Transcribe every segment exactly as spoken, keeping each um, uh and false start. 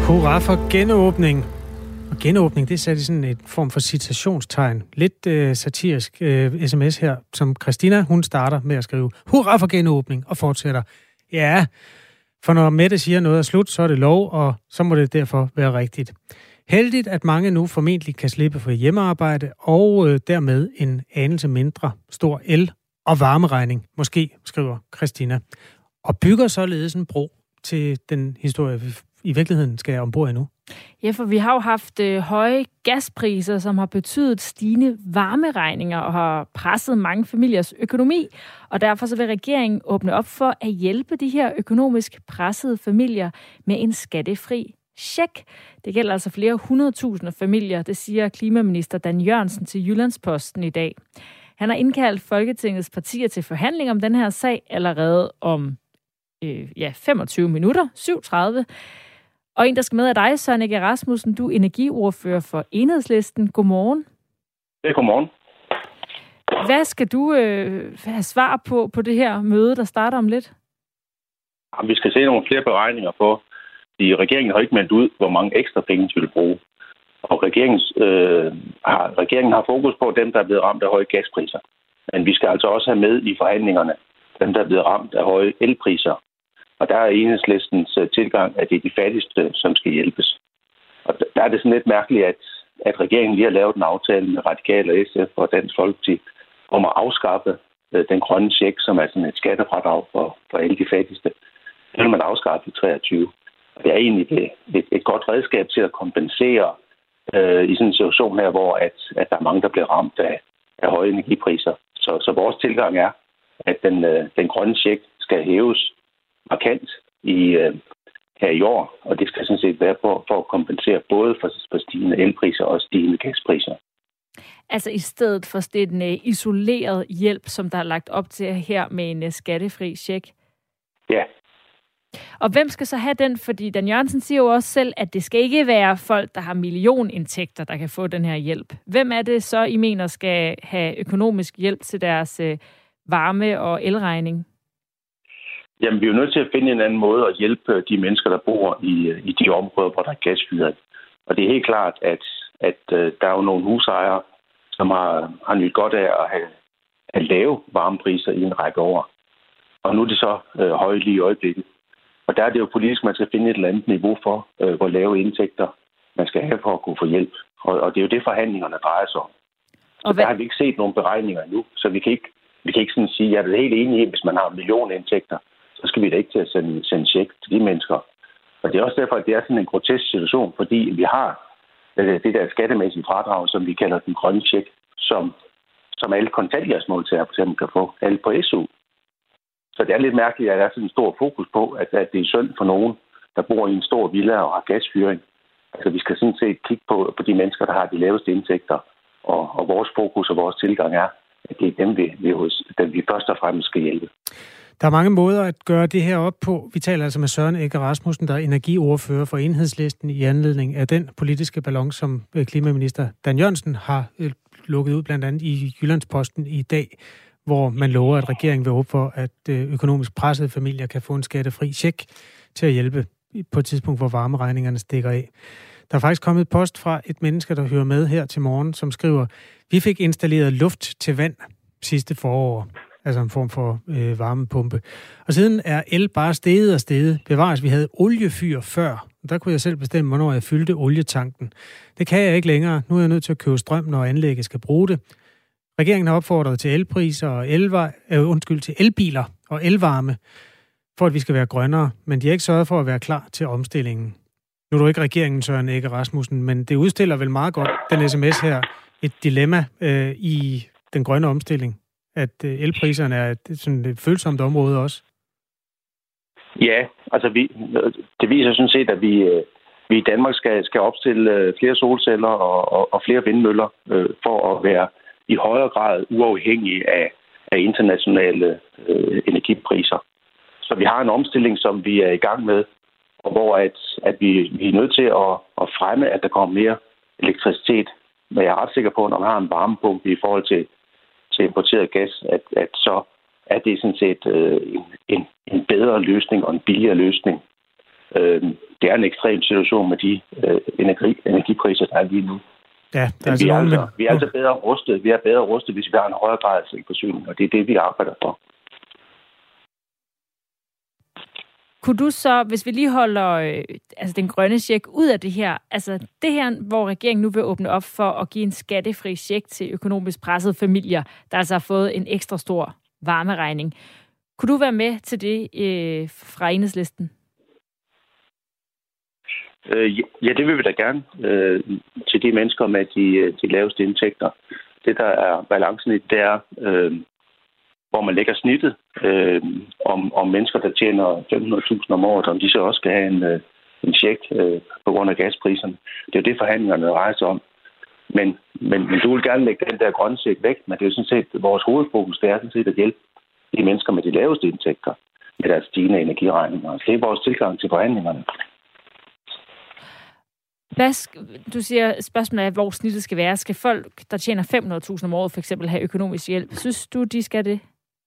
Hurra for genåbning. Og genåbning, det er sat i sådan en form for citationstegn. Lidt øh, satirisk øh, sms her, som Christina, hun starter med at skrive, hurra for genåbning, og fortsætter. Ja, for når Mette siger noget er slut, så er det lov, og så må det derfor være rigtigt. Heldigt, at mange nu formentlig kan slippe for hjemmearbejde, og øh, dermed en anelse mindre stor el- og varmeregning, måske, skriver Christina. Og bygger således en bro til den historie, vi i virkeligheden skal jeg ombord endnu. Ja, for vi har jo haft øh, høje gaspriser, som har betydet stigende varmeregninger og har presset mange familiers økonomi. Og derfor så vil regeringen åbne op for at hjælpe de her økonomisk pressede familier med en skattefri check. Det gælder altså flere hundredtusinde familier, det siger klimaminister Dan Jørgensen til Jyllandsposten i dag. Han har indkaldt Folketingets partier til forhandling om den her sag allerede om øh, ja, femogtyve minutter, syv tredive. Og en, der skal med af dig, Søren Egge Rasmussen, du er energiordfører for Enhedslisten. Godmorgen. Ja, godmorgen. Hvad skal du øh, have svar på på det her møde, der starter om lidt? Jamen, vi skal se nogle flere beregninger på. De, regeringen har ikke meldt ud, hvor mange ekstra penge de vil bruge. Og regeringens, øh, har, regeringen har fokus på dem, der er blevet ramt af høje gaspriser. Men vi skal altså også have med i forhandlingerne dem, der er blevet ramt af høje elpriser. Og der er Enhedslistens tilgang, at det er de fattigste, som skal hjælpes. Og der er det sådan lidt mærkeligt, at, at regeringen lige har lavet en aftale med Radikale og S F og Dansk Folkeparti om at afskaffe øh, den grønne check, som er sådan et skattefradrag for, for alle de fattigste. Det vil man afskaffe i treogtyve. Og det er egentlig et, et, et godt redskab til at kompensere øh, i sådan en situation her, hvor at, at der er mange, der bliver ramt af, af høje energipriser. Så, så vores tilgang er, at den, øh, den grønne check skal hæves markant i, øh, her i år, og det skal sådan set være for, for at kompensere både for, for stigende elpriser og stigende gaspriser. Altså i stedet for den uh, isoleret hjælp, som der er lagt op til her med en uh, skattefri check? Ja. Og hvem skal så have den? Fordi Dan Jørgensen siger jo også selv, at det skal ikke være folk, der har millionindtægter, der kan få den her hjælp. Hvem er det så, I mener, skal have økonomisk hjælp til deres uh, varme- og elregning? Jamen, vi er jo nødt til at finde en anden måde at hjælpe de mennesker, der bor i, i de områder, hvor der er gasfyring. Og det er helt klart, at, at uh, der er jo nogle husejere, som har, har nyt godt af at have at lave varmepriser i en række år. Og nu er det så uh, høje lige i øjeblikket. Og der er det jo politisk, man skal finde et eller andet niveau for, uh, hvor lave indtægter man skal have for at kunne få hjælp. Og, og det er jo det, forhandlingerne drejer sig om. Og der har vi ikke set nogen beregninger endnu, så vi kan ikke, vi kan ikke sådan sige, at jeg er helt enig i, hvis man har millionindtægter, så skal vi da ikke til at sende, sende check til de mennesker. Og det er også derfor, at det er sådan en grotesk situation, fordi vi har det der skattemæssige fradrag, som vi kalder den grønne check, som, som alle kontanthjælpsmodtagere for eksempel kan få, alle på S U. Så det er lidt mærkeligt, at der er sådan en stor fokus på, at, at det er synd for nogen, der bor i en stor villa og har gasfyring. Altså vi skal sådan set kigge på, på de mennesker, der har de laveste indtægter, og, og vores fokus og vores tilgang er, at det er dem, vi, vi, dem, vi først og fremmest skal hjælpe. Der er mange måder at gøre det her op på. Vi taler altså med Søren Egge Rasmussen, der er energiordfører for Enhedslisten i anledning af den politiske ballon, som klimaminister Dan Jørgensen har lukket ud blandt andet i Jyllandsposten i dag, hvor man lover, at regeringen vil håbe for, at økonomisk pressede familier kan få en skattefri check til at hjælpe på et tidspunkt, hvor varmeregningerne stikker af. Der er faktisk kommet post fra et menneske, der hører med her til morgen, som skriver, vi fik installeret luft til vand sidste forår. Altså en form for øh, varmepumpe. Og siden er el bare steget og steget. Bevares, vi havde oliefyr før. Der kunne jeg selv bestemme, hvornår jeg fyldte olietanken. Det kan jeg ikke længere. Nu er jeg nødt til at købe strøm, når anlægget skal bruge det. Regeringen har opfordret til elpriser og elvar, øh, undskyld, til elbiler og elvarme, for at vi skal være grønnere. Men de har ikke sørget for at være klar til omstillingen. Nu er du ikke regeringen, Søren Egge Rasmussen, men det udstiller vel meget godt, den sms her, et dilemma øh, i den grønne omstilling. At elpriserne er et, sådan et følsomt område også? Ja, altså vi, det viser sådan set, at vi, vi i Danmark skal, skal opstille flere solceller og, og, og flere vindmøller øh, for at være i højere grad uafhængige af, af internationale øh, energipriser. Så vi har en omstilling, som vi er i gang med, og hvor at, at vi, vi er nødt til at, at fremme, at der kommer mere elektricitet. Men jeg er ret sikker på, at når man har en varmepumpe i forhold til til importeret gas, at, at så er det sådan set øh, en, en bedre løsning og en billigere løsning. Øh, det er en ekstrem situation med de øh, energi, energipriser, der er lige nu. Ja, Men altså vi, er nogen, altså, men... vi er altså bedre rustet. Vi er bedre rustet, hvis vi har en højere grad af selvforsyning, og det er det, vi arbejder for. Kunne du så, hvis vi lige holder øh, altså den grønne check ud af det her, altså det her, hvor regeringen nu vil åbne op for at give en skattefri check til økonomisk pressede familier, der altså har fået en ekstra stor varmeregning. Kunne du være med til det øh, fra Enhedslisten? Øh, ja, det vil vi da gerne øh, til de mennesker med de, de laveste indtægter. Det, der er balancen i, det er, øh, hvor man lægger snittet øh, om, om mennesker, der tjener fem hundrede tusind om året, om de så også skal have en, øh, en check øh, på grund af gaspriserne. Det er jo det, forhandlingerne rejser om. Men, men, men du vil gerne lægge den der grønne check væk, men det er jo sådan set, vores hovedfokus, det er sådan set at hjælpe de mennesker med de laveste indtægter med deres stigende energiregninger. Det er vores tilgang til forhandlingerne. Hvad sk- du siger, spørgsmålet er, hvor snittet skal være. Skal folk, der tjener fem hundrede tusind om året, for eksempel have økonomisk hjælp? Synes du, de skal det?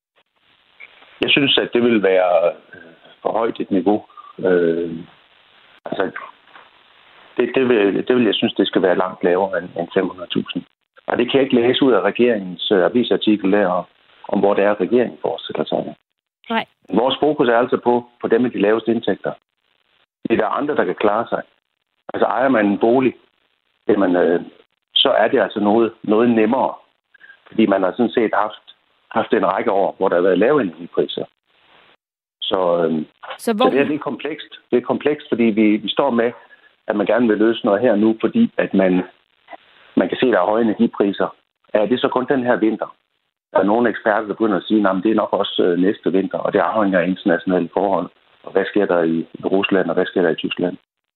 Jeg synes, at det vil være for højt et niveau. Øh, altså, det, det, vil, det vil jeg synes, det skal være langt lavere end, end fem hundrede tusind. Og det kan jeg ikke læse ud af regeringens uh, avisartikel der, om hvor det er, regeringen forestiller sig. Nej. Vores fokus er altså på, på dem med de laveste indtægter. Det er der andre, der kan klare sig. Altså ejer man en bolig, jamen, øh, så er det altså noget, noget nemmere. Fordi man har sådan set haft, haft en række år, hvor der har været lave energipriser. Så, øh, så, hvor... så det her det er komplekst. Det er komplekst, fordi vi, vi står med, at man gerne vil løse noget her nu, fordi at man, man kan se, at der er høje energipriser. Er det så kun den her vinter? Der er nogle eksperter, der begynder at sige, at det er nok også øh, næste vinter, og det afhænger af internationale forhold. Og hvad sker der i, i Rusland, og hvad sker der i Tyskland?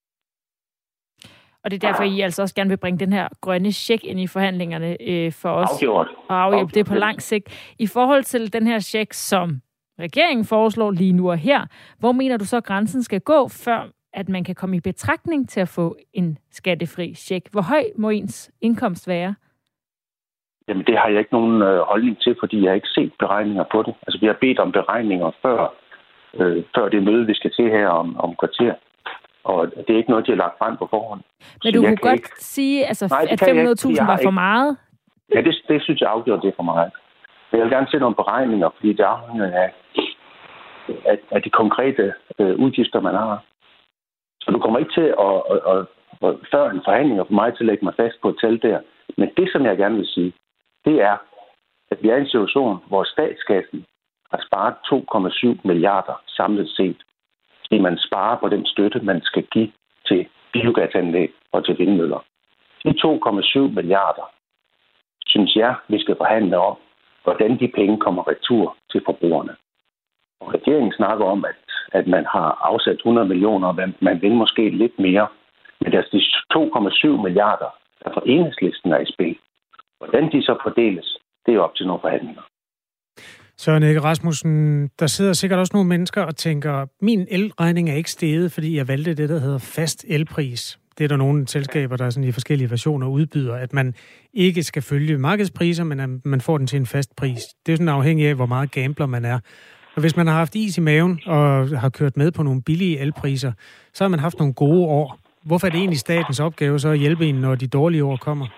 Og det er derfor, I altså også gerne vil bringe den her grønne check ind i forhandlingerne øh, for os. Afgjort. Og afhjælpe det på lang sigt. I forhold til den her check, som regeringen foreslår lige nu og her, hvor mener du så, at grænsen skal gå, før at man kan komme i betragtning til at få en skattefri check? Hvor høj må ens indkomst være? Jamen, det har jeg ikke nogen øh, holdning til, fordi jeg har ikke set beregninger på det. Altså, vi har bedt om beregninger før, øh, før det møde, vi skal til her om, om kvarter. Og det er ikke noget, de har lagt frem på forhånd. Men du kunne godt ikke... sige, altså, Nej, at fem hundrede tusind var for meget? Ja, det, det synes jeg afgjort, det er for meget. Jeg vil gerne se nogle beregninger, fordi det afhænger af, af, af de konkrete øh, udgifter, man har. Så du kommer ikke til at, at, at, at føre en forhandling og for mig til at lægge mig fast på et tal der. Men det, som jeg gerne vil sige, det er, at vi er i en situation, hvor statskassen har sparet to komma syv milliarder samlet set. Fordi man sparer på den støtte, man skal give til biogasanlæg og til vindmøller. De to komma syv milliarder, synes jeg, vi skal forhandle om, hvordan de penge kommer retur til forbrugerne. Og regeringen snakker om, at, at man har afsat hundrede millioner, og man vil måske lidt mere. Men der er de to komma syv milliarder, der fra Enhedslisten er i spil. Hvordan de så fordeles, det er op til nogle forhandlinger. Søren Egge Rasmussen, der sidder sikkert også nogle mennesker og tænker, min elregning er ikke steget, fordi jeg valgte det, der hedder fast elpris. Det er der nogle selskaber, der sådan i forskellige versioner udbyder, at man ikke skal følge markedspriser, men at man får den til en fast pris. Det er sådan afhængig af, hvor meget gambler man er. Og hvis man har haft is i maven og har kørt med på nogle billige elpriser, så har man haft nogle gode år. Hvorfor er det egentlig statens opgave så at hjælpe en, når de dårlige år kommer?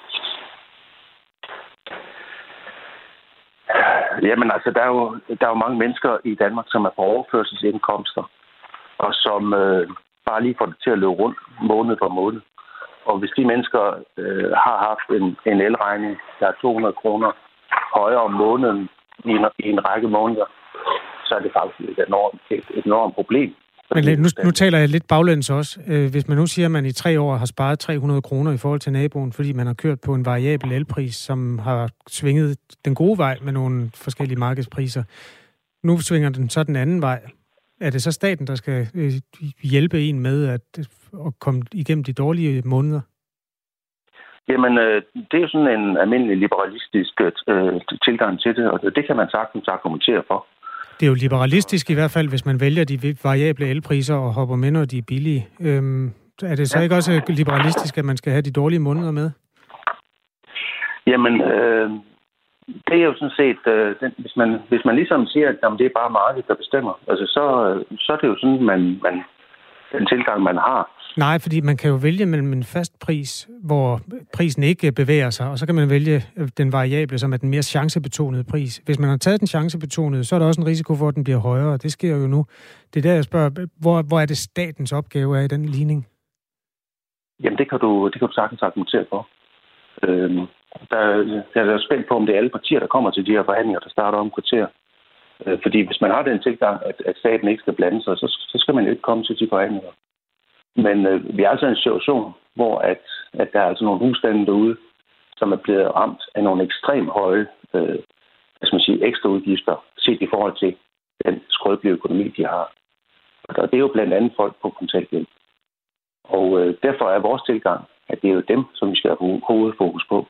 Jamen altså, der er, jo, der er jo mange mennesker i Danmark, som er på overførselsindkomster, og som øh, bare lige får det til at løbe rundt måned for måned. Og hvis de mennesker øh, har haft en, en elregning, der er to hundrede kroner højere om måneden i en, i en række måneder, så er det faktisk et enormt, et, et enormt problem. Men nu, nu taler jeg lidt baglæns også. Hvis man nu siger, at man i tre år har sparet tre hundrede kroner i forhold til naboen, fordi man har kørt på en variabel elpris, som har svinget den gode vej med nogle forskellige markedspriser. Nu svinger den så den anden vej. Er det så staten, der skal hjælpe en med at, at komme igennem de dårlige måneder? Jamen, det er jo sådan en almindelig liberalistisk øh, tilgang til det, og det kan man sagtens argumentere for. Det er jo liberalistisk i hvert fald, hvis man vælger de variable elpriser og hopper med, når de er billige. Øhm, er det så ikke også liberalistisk, at man skal have de dårlige måneder med? Jamen, øh, det er jo sådan set, øh, den, hvis, man, hvis man ligesom siger, at jamen, det er bare markedet, der bestemmer, altså, så, så er det jo sådan, man, man, den tilgang, man har. Nej, fordi man kan jo vælge mellem en fast pris, hvor prisen ikke bevæger sig, og så kan man vælge den variable, som er den mere chancebetonede pris. Hvis man har taget den chancebetonede, så er der også en risiko for, at den bliver højere, og det sker jo nu. Det er der, jeg spørger, hvor, hvor er det statens opgave er i den ligning? Jamen, det kan du, det kan du sagtens argumentere for. Øhm, der, jeg er spændt på, om det er alle partier, der kommer til de her forhandlinger, der starter om kvarter. Øh, fordi hvis man har den tilgang, at, at staten ikke skal blande sig, så, så skal man jo ikke komme til de forhandlinger. Men øh, vi er altså i en situation, hvor at, at der er altså nogle husstande derude, som er blevet ramt af nogle ekstremt høje øh, hvad skal man sige, ekstra udgifter, set i forhold til den skrøbelige økonomi, de har. Og det er jo blandt andet folk på kontanthjælp. Og øh, derfor er vores tilgang, at det er jo dem, som vi skal have hovedfokus på.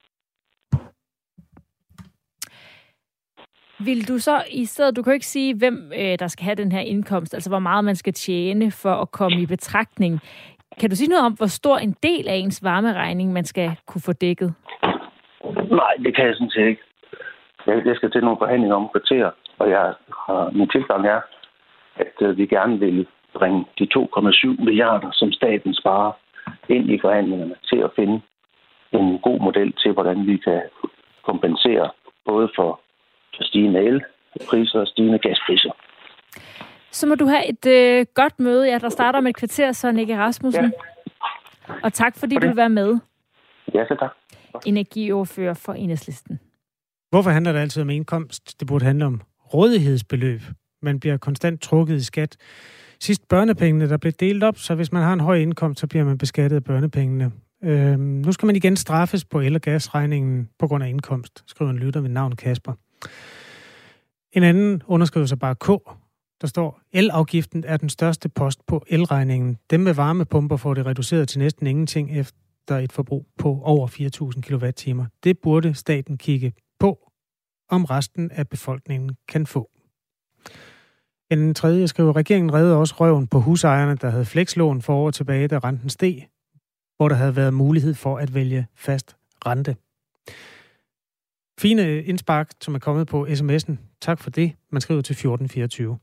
Vil du så i stedet, du kan jo ikke sige, hvem øh, der skal have den her indkomst, altså hvor meget man skal tjene for at komme i betragtning. Kan du sige noget om, hvor stor en del af ens varmeregning, man skal kunne få dækket? Nej, det kan jeg sådan set ikke. Jeg, jeg skal til nogle forhandlinger om kvarter, og jeg har, min tilgang er, at øh, vi gerne vil bringe de to komma syv milliarder, som staten sparer, ind i forhandlingerne til at finde en god model til, hvordan vi kan kompensere både for stigende elpriser og stigende gaspriser. Så må du have et øh, godt møde, ja, der starter med et kvarter, Søren Egge Rasmussen. Ja. Og tak, fordi du vil være med. Ja, så tak. Energiordfører for Enhedslisten. Hvorfor handler det altid om indkomst? Det burde handle om rådighedsbeløb. Man bliver konstant trukket i skat. Sidst børnepengene, der blev delt op, så hvis man har en høj indkomst, så bliver man beskattet af børnepengene. Øhm, nu skal man igen straffes på el- og gasregningen på grund af indkomst, skriver en lytter ved navn Kasper. En anden underskriver sig bare K. Der står, elafgiften er den største post på elregningen. Dem med varmepumper får det reduceret til næsten ingenting efter et forbrug på over fire tusind kilowatt-timer. Det burde staten kigge på, om resten af befolkningen kan få. En tredje skriver, regeringen reddede også røven på husejerne, der havde flekslån for år tilbage, da renten steg, hvor der havde været mulighed for at vælge fast rente. Fine indspark, som er kommet på sms'en. Tak for det. Man skriver til fjorten fireogtyve.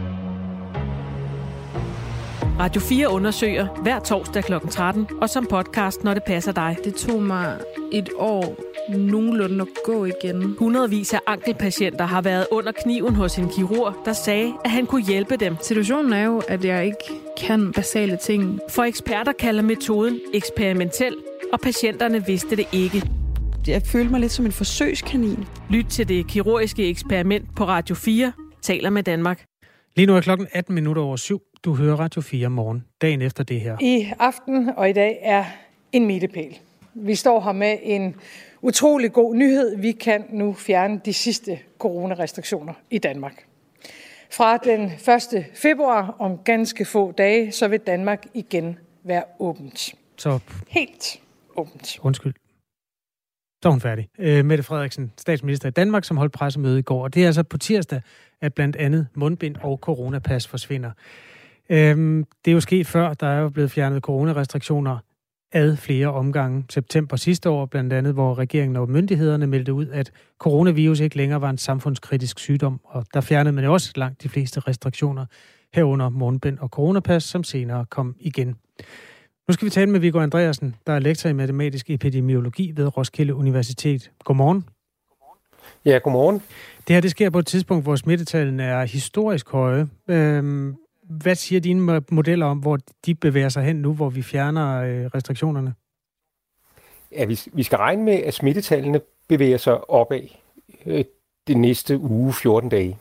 Radio fire undersøger hver torsdag klokken tretten, og som podcast, når det passer dig. Det tog mig et år nogenlunde at gå igen. Hundredvis af ankelpatienter har været under kniven hos en kirurg, der sagde, at han kunne hjælpe dem. Situationen er jo, at jeg ikke kan basale ting. For eksperter kalder metoden eksperimentel, og patienterne vidste det ikke. Jeg følte mig lidt som en forsøgskanin. Lyt til det kirurgiske eksperiment på Radio fire, taler med Danmark. Lige nu er klokken atten minutter over syv. Du hører Radio fire morgen, dagen efter det her. I aften og i dag er en milepæl. Vi står her med en utrolig god nyhed. Vi kan nu fjerne de sidste coronarestriktioner i Danmark. Fra den første februar om ganske få dage, så vil Danmark igen være åbent. Så helt åbent. Undskyld. Så er hun færdig. Øh, Mette Frederiksen, statsminister i Danmark, som holdt pressemøde i går. Og det er altså på tirsdag, at blandt andet mundbind og coronapas forsvinder. Øhm, det er jo sket før. Der er jo blevet fjernet coronarestriktioner ad flere omgange. September sidste år blandt andet, hvor regeringen og myndighederne meldte ud, at coronavirus ikke længere var en samfundskritisk sygdom. Og der fjernede man jo også langt de fleste restriktioner herunder mundbind og coronapas, som senere kom igen. Nu skal vi tale med Viggo Andreasen, der er lektor i matematisk epidemiologi ved Roskilde Universitet. Godmorgen. Ja, godmorgen. Det her det sker på et tidspunkt, hvor smittetallene er historisk høje. Øhm, hvad siger dine modeller om, hvor de bevæger sig hen nu, hvor vi fjerner øh, restriktionerne? Ja, vi, vi skal regne med, at smittetallene bevæger sig opad øh, det næste uge, fjorten dage.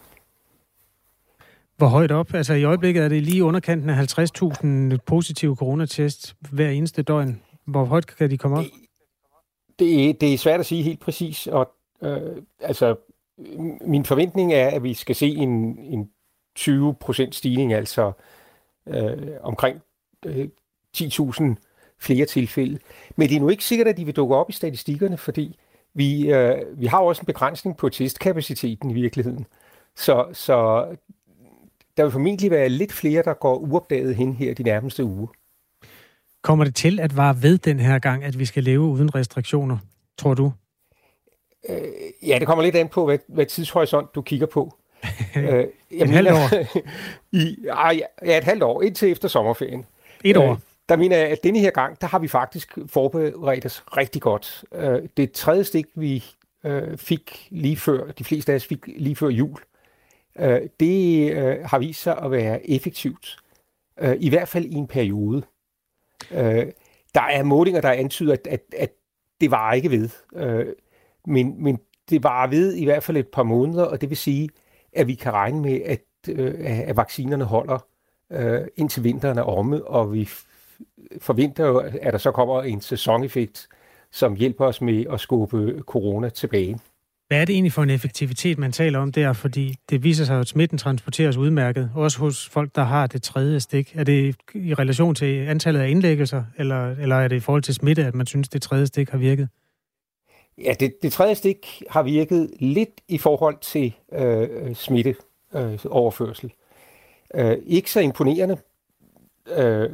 Hvor højt op? Altså i øjeblikket er det lige underkanten af halvtreds tusind positive coronatest hver eneste døgn. Hvor højt kan de komme op? Det er, det er svært at sige helt præcis. Og, øh, altså, min forventning er, at vi skal se en, en tyve procent stigning, altså øh, omkring øh, ti tusind flere tilfælde. Men det er nu ikke sikkert, at de vil dukke op i statistikkerne, fordi vi, øh, vi har også en begrænsning på testkapaciteten i virkeligheden. Så, så der vil formentlig være lidt flere, der går uopdaget hen her de nærmeste uger. Kommer det til at vare ved den her gang, at vi skal leve uden restriktioner, tror du? Øh, ja, det kommer lidt an på, hvad, hvad tidshorisont du kigger på. øh, et halvt år? i, ah, ja, et halvt år, indtil efter sommerferien. Et år. Øh, der mener jeg, at denne her gang, der har vi faktisk forberedt os rigtig godt. Øh, det tredje stik, vi øh, fik lige før, de fleste af os fik lige før jul, øh, det øh, har vist sig at være effektivt. Øh, I hvert fald i en periode. Øh, der er målinger, der antyder, at, at, at det var ikke ved. Øh, men, men det var ved i hvert fald et par måneder, og det vil sige, at vi kan regne med, at, øh, at vaccinerne holder øh, indtil vinteren er omme, og vi forventer jo, at der så kommer en sæsoneffekt, som hjælper os med at skubbe corona tilbage. Hvad er det egentlig for en effektivitet, man taler om der? Fordi det viser sig, at smitten transporteres udmærket, også hos folk, der har det tredje stik. Er det i relation til antallet af indlæggelser, eller, eller er det i forhold til smitte, at man synes, det tredje stik har virket? Ja, det, det tredje stik har virket lidt i forhold til øh, smitteoverførsel. Øh, øh, ikke så imponerende. Øh,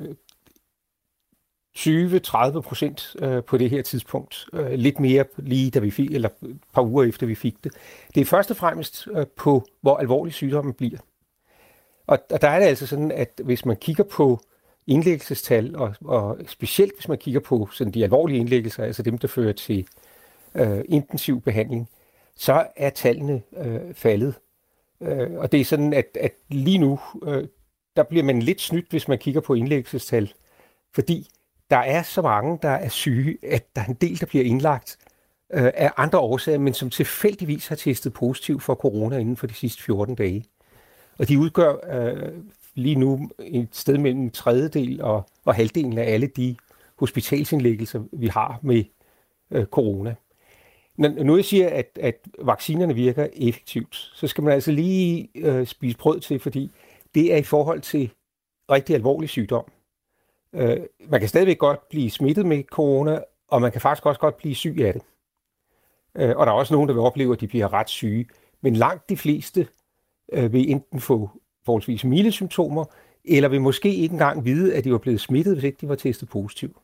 tyve til tredive procent øh, på det her tidspunkt. Øh, lidt mere lige da vi fik, eller et par uger efter vi fik det. Det er først og fremmest øh, på, hvor alvorlig sygdommen bliver. Og, og der er det altså sådan, at hvis man kigger på indlæggelsestal, og, og specielt hvis man kigger på sådan de alvorlige indlæggelser, altså dem, der fører til øh, intensiv behandling, så er tallene øh, faldet. Øh, og det er sådan, at, at lige nu, øh, der bliver man lidt snydt, hvis man kigger på indlæggelsestal, fordi der er så mange, der er syge, at der er en del, der bliver indlagt øh, af andre årsager, men som tilfældigvis har testet positiv for corona inden for de sidste fjorten dage. Og de udgør øh, lige nu et sted mellem en tredjedel og, og halvdelen af alle de hospitalsindlæggelser, vi har med øh, corona. Når, når jeg siger, at, at vaccinerne virker effektivt, så skal man altså lige øh, spise brød til, fordi det er i forhold til rigtig alvorlig sygdom. Øh, man kan stadigvæk godt blive smittet med corona, og man kan faktisk også godt blive syg af det. Øh, og der er også nogen, der vil opleve, at de bliver ret syge. Men langt de fleste øh, vil enten få forholdsvis milde symptomer, eller vil måske ikke engang vide, at de var blevet smittet, hvis ikke de var testet positiv.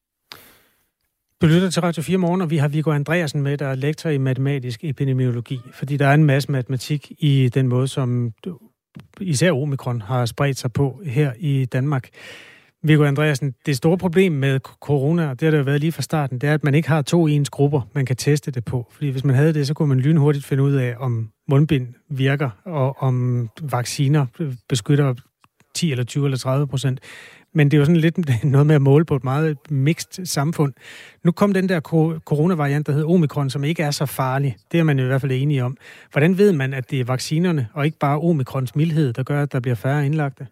Du lytter til Radio fire Morgen, og vi har Viggo Andreasen med, der er lektor i matematisk epidemiologi, fordi der er en masse matematik i den måde, som især omikron har spredt sig på her i Danmark. Viggo Andreasen, det store problem med corona, og det har det jo været lige fra starten, det er, at man ikke har to ens grupper, man kan teste det på. Fordi hvis man havde det, så kunne man lynhurtigt finde ud af, om mundbind virker, og om vacciner beskytter ti eller tyve eller tredive procent. Men det er jo sådan lidt noget med at måle på et meget mixed samfund. Nu kom den der coronavariant, der hedder omikron, som ikke er så farlig. Det er man jo i hvert fald enige om. Hvordan ved man, at det er vaccinerne, og ikke bare omikrons mildhed, der gør, at der bliver færre indlagte?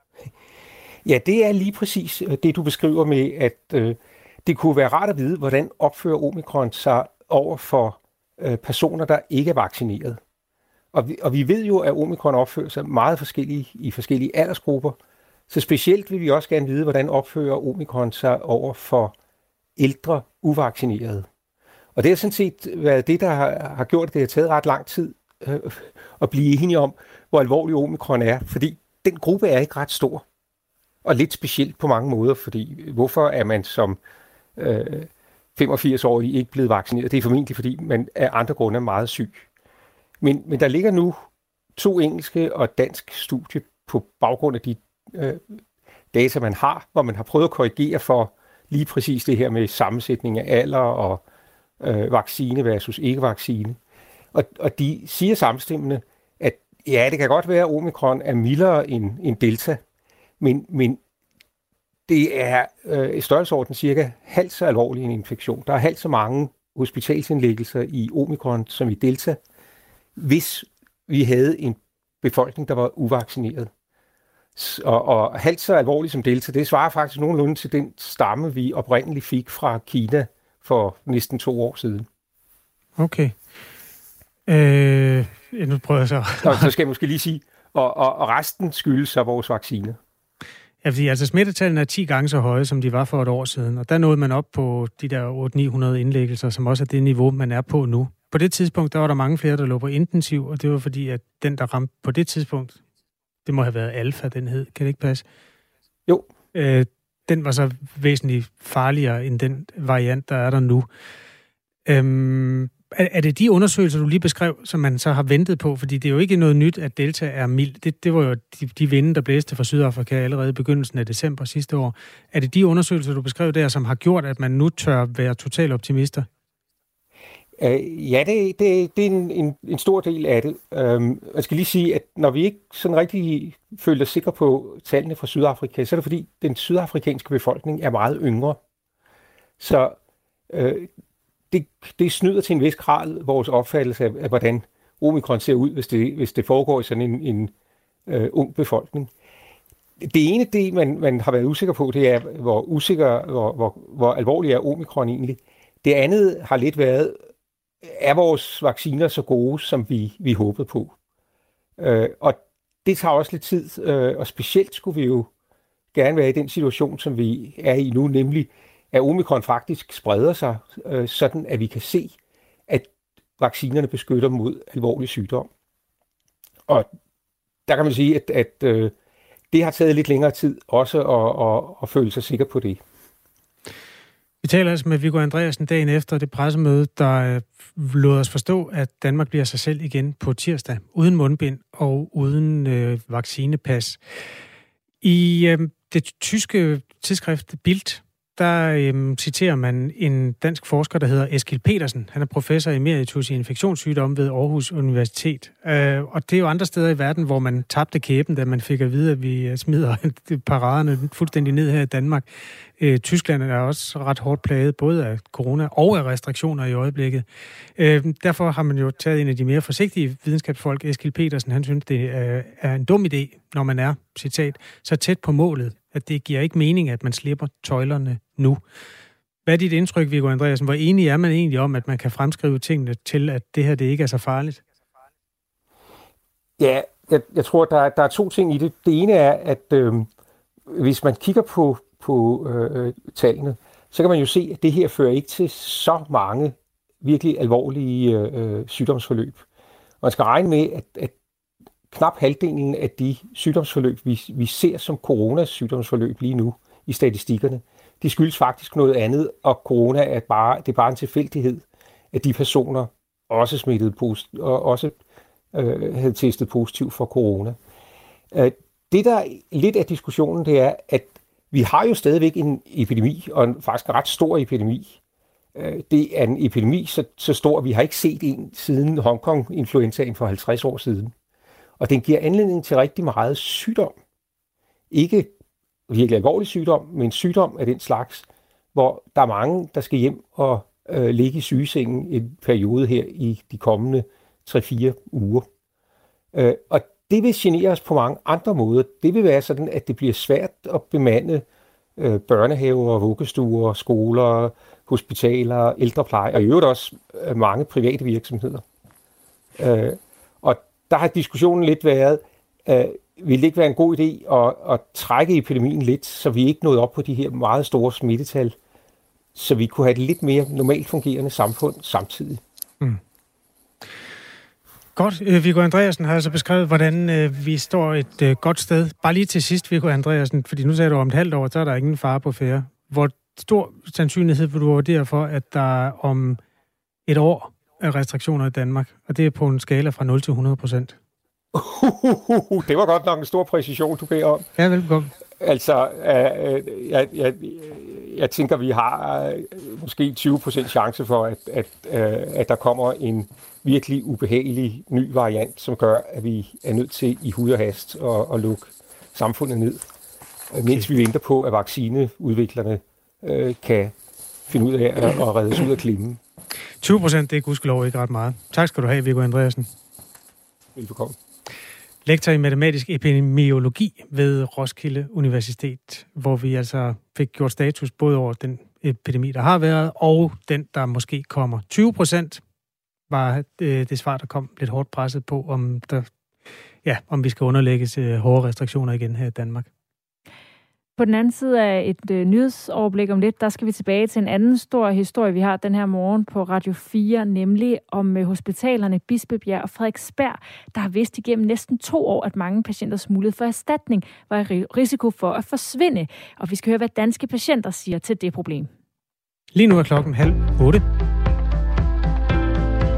Ja, det er lige præcis det, du beskriver med, at øh, det kunne være rart at vide, hvordan opfører omikron sig over for øh, personer, der ikke er vaccineret. Og vi, og vi ved jo, at omikron opfører sig meget forskellige i forskellige aldersgrupper. Så specielt vil vi også gerne vide, hvordan opfører omikron sig over for ældre uvaccinerede. Og det har sådan set været det, der har, har gjort, at det har taget ret lang tid øh, at blive enige om, hvor alvorlig omikron er. Fordi den gruppe er ikke ret stor. Og lidt specielt på mange måder, fordi hvorfor er man som øh, femogfirs-årig ikke blevet vaccineret? Det er formentlig, fordi man af andre grunde er meget syg. Men, men der ligger nu to engelske og dansk studie på baggrund af de øh, data, man har, hvor man har prøvet at korrigere for lige præcis det her med sammensætning af alder og øh, vaccine versus ikke-vaccine. Og, og de siger samstemmende, at ja, det kan godt være, at omikron er mildere end, end delta, Men, men det er øh, i størrelsesorden cirka halvt så alvorlig en infektion. Der er halvt så mange hospitalsindlæggelser i omikron som i delta, hvis vi havde en befolkning, der var uvaccineret. Og, og halvt så alvorlig som delta, det svarer faktisk nogenlunde til den stamme, vi oprindeligt fik fra Kina for næsten to år siden. Okay. Øh, nu prøver jeg så. Og så skal jeg måske lige sige, og, og, og resten skyldes så vores vaccine. Ja, fordi altså smittetallene er ti gange så høje, som de var for et år siden. Og der nåede man op på de der otte til ni hundrede indlæggelser, som også er det niveau, man er på nu. På det tidspunkt, der var der mange flere, der lå på intensiv, og det var fordi, at den, der ramte på det tidspunkt, det må have været alfa, den hed. Kan det ikke passe? Jo. Øh, den var så væsentligt farligere end den variant, der er der nu. Øhm, Er, er det de undersøgelser, du lige beskrev, som man så har ventet på? Fordi det er jo ikke noget nyt, at Delta er mild. Det, det var jo de, de vinde, der blæste fra Sydafrika allerede i begyndelsen af december sidste år. Er det de undersøgelser, du beskrev der, som har gjort, at man nu tør være total optimister? Uh, ja, det, det, det er en, en, en stor del af det. Um, jeg skal lige sige, at når vi ikke sådan rigtig føler os sikre på tallene fra Sydafrika, så er det fordi, den sydafrikanske befolkning er meget yngre. Så uh, det, det snyder til en vis grad vores opfattelse af, af hvordan omikron ser ud, hvis det, hvis det foregår i sådan en, en uh, ung befolkning. Det ene, det man, man har været usikker på, det er, hvor usikker, hvor, hvor, hvor alvorlig er omikron egentlig. Det andet har lidt været, er vores vacciner så gode, som vi, vi håbede på? Øh, og det tager også lidt tid, øh, og specielt skulle vi jo gerne være i den situation, som vi er i nu, nemlig at omikron faktisk spreder sig, øh, sådan at vi kan se, at vaccinerne beskytter mod alvorlig sygdom. Og der kan man sige, at, at øh, det har taget lidt længere tid også at, at, at føle sig sikker på det. Vi taler altså med Viggo Andreasen dagen efter det pressemøde, der lod os forstå, at Danmark bliver sig selv igen på tirsdag, uden mundbind og uden øh, vaccinepas. I øh, det tyske tidsskrift Bild, der øh, citerer man en dansk forsker, der hedder Eskil Petersen. Han er professor emeritus i infektionssygdomme ved Aarhus Universitet. Øh, og det er jo andre steder i verden, hvor man tabte kæben, da man fik at vide, at vi smider paraderne fuldstændig ned her i Danmark. Øh, Tyskland er også ret hårdt plaget, både af corona og af restriktioner i øjeblikket. Øh, derfor har man jo taget en af de mere forsigtige videnskabsfolk, Eskil Petersen. Han synes, det er, er en dum idé, når man er, citat, så tæt på målet, at det giver ikke mening, at man slipper tøjlerne nu. Hvad er dit indtryk, Viggo Andreasen? Hvor enig er man egentlig om, at man kan fremskrive tingene til, at det her det ikke er så farligt? Ja, jeg, jeg tror, der er, der er to ting i det. Det ene er, at øh, hvis man kigger på, på øh, tallene, så kan man jo se, at det her fører ikke til så mange virkelig alvorlige øh, sygdomsforløb. Og man skal regne med, at, at knap halvdelen af de sygdomsforløb, vi, vi ser som coronas sygdomsforløb lige nu i statistikkerne, de skyldes faktisk noget andet, og corona er bare, det er bare en tilfældighed, at de personer også smittede positivt og også øh, havde testet positivt for corona. Øh, det, der er lidt af diskussionen, det er, at vi har jo stadigvæk en epidemi, og en, faktisk en ret stor epidemi. Øh, det er en epidemi så, så stor, at vi har ikke set en siden Hongkong-influenzaen for halvtreds år siden. Og den giver anledning til rigtig meget sygdom. Ikke virkelig alvorlig sygdom, men sygdom af den slags, hvor der er mange, der skal hjem og øh, ligge i sygesengen en periode her i de kommende tre fire uger. Øh, og det vil genere os på mange andre måder. Det vil være sådan, at det bliver svært at bemande øh, børnehaver, vuggestuer, skoler, hospitaler, ældrepleje, og i øvrigt også øh, mange private virksomheder. Øh, og der har diskussionen lidt været, øh, vil det ikke være en god idé at, at trække epidemien lidt, så vi ikke nåede op på de her meget store smittetal, så vi kunne have et lidt mere normalt fungerende samfund samtidig. Mm. Godt. Viggo Andreasen har altså beskrevet, hvordan øh, vi står et øh, godt sted. Bare lige til sidst, Viggo Andreasen, fordi nu sagde du om et halvt år, så er der ingen fare på færde. Hvor stor sandsynlighed vil du vurdere for, at der om et år er restriktioner i Danmark, og det er på en skala fra nul til hundrede procent? Uh, det var godt nok en stor præcision, du beder om. Ja, velkommen. Altså, øh, jeg, jeg, jeg tænker, vi har øh, måske tyve procent chance for, at, at, øh, at der kommer en virkelig ubehagelig ny variant, som gør, at vi er nødt til i hud og hast at, at lukke samfundet ned. Okay. Mens vi venter på, at vaccineudviklerne øh, kan finde ud af at, at redde os ud af klemmen. tyve procent, det er gudskelov ikke ret meget. Tak skal du have, Viggo Andreasen. Velbekomme. Lektor i matematisk epidemiologi ved Roskilde Universitet, hvor vi altså fik gjort status både over den epidemi, der har været, og den, der måske kommer. tyve procent var det, det svar, der kom lidt hårdt presset på, om, der, ja, om vi skal underlægges hårde restriktioner igen her i Danmark. På den anden side af et øh, nyhedsoverblik om lidt, der skal vi tilbage til en anden stor historie, vi har den her morgen på Radio fire, nemlig om øh, hospitalerne Bispebjerg og Frederiksberg, der har vidst igennem næsten to år, at mange patienters mulighed for erstatning var i risiko for at forsvinde. Og vi skal høre, hvad danske patienter siger til det problem. Lige nu er klokken halv otte.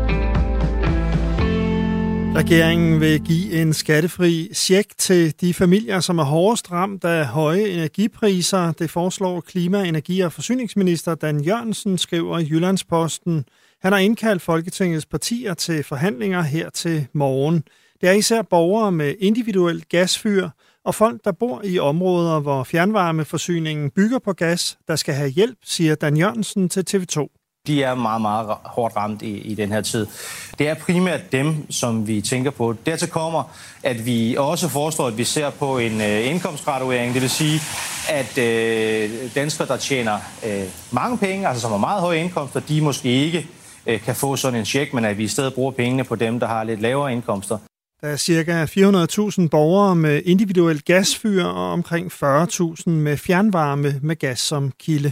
Regeringen vil give en skattefri check til de familier, som er hårdest ramt af høje energipriser. Det foreslår klima-, energi- og forsyningsminister Dan Jørgensen, skriver Jyllandsposten. Han har indkaldt Folketingets partier til forhandlinger her til morgen. Det er især borgere med individuelt gasfyr og folk, der bor i områder, hvor fjernvarmeforsyningen bygger på gas, der skal have hjælp, siger Dan Jørgensen til T V to. De er meget, meget hårdt ramt i, i den her tid. Det er primært dem, som vi tænker på. Dertil kommer, at vi også foreslår, at vi ser på en øh, indkomstgraduering. Det vil sige, at øh, danskere, der tjener øh, mange penge, altså som har meget høje indkomster, de måske ikke øh, kan få sådan en check, men at vi i stedet bruger pengene på dem, der har lidt lavere indkomster. Der er ca. fire hundrede tusind borgere med individuelt gasfyr og omkring fyrre tusind med fjernvarme med gas som kilde.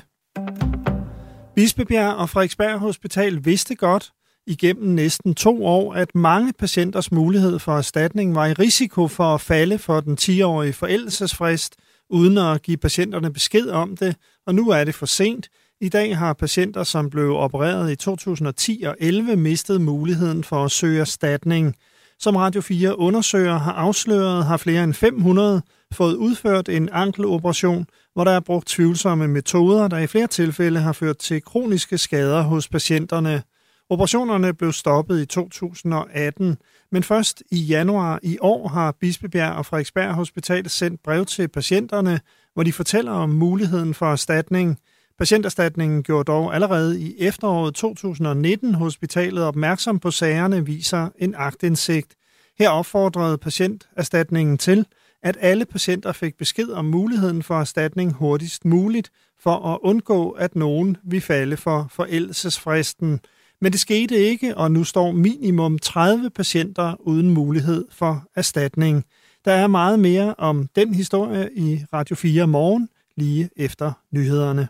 Bispebjerg og Frederiksberg Hospital vidste godt igennem næsten to år, at mange patienters mulighed for erstatning var i risiko for at falde for den ti-årige forældelsesfrist, uden at give patienterne besked om det, og nu er det for sent. I dag har patienter, som blev opereret i to tusind og ti og elleve, mistet muligheden for at søge erstatning. Som Radio fire undersøger har afsløret, har flere end fem hundrede fået udført en ankeloperation, hvor der er brugt tvivlsomme metoder, der i flere tilfælde har ført til kroniske skader hos patienterne. Operationerne blev stoppet i to tusind og atten, men først i januar i år har Bispebjerg og Frederiksberg Hospital sendt brev til patienterne, hvor de fortæller om muligheden for erstatning. Patienterstatningen gjorde dog allerede i efteråret to tusind og nitten hospitalet opmærksom på sagerne, viser en aktindsigt. Her opfordrede patienterstatningen til, at alle patienter fik besked om muligheden for erstatning hurtigst muligt, for at undgå, at nogen vil falde for forældelsesfristen. Men det skete ikke, og nu står minimum tredive patienter uden mulighed for erstatning. Der er meget mere om den historie i Radio fire morgen, lige efter nyhederne.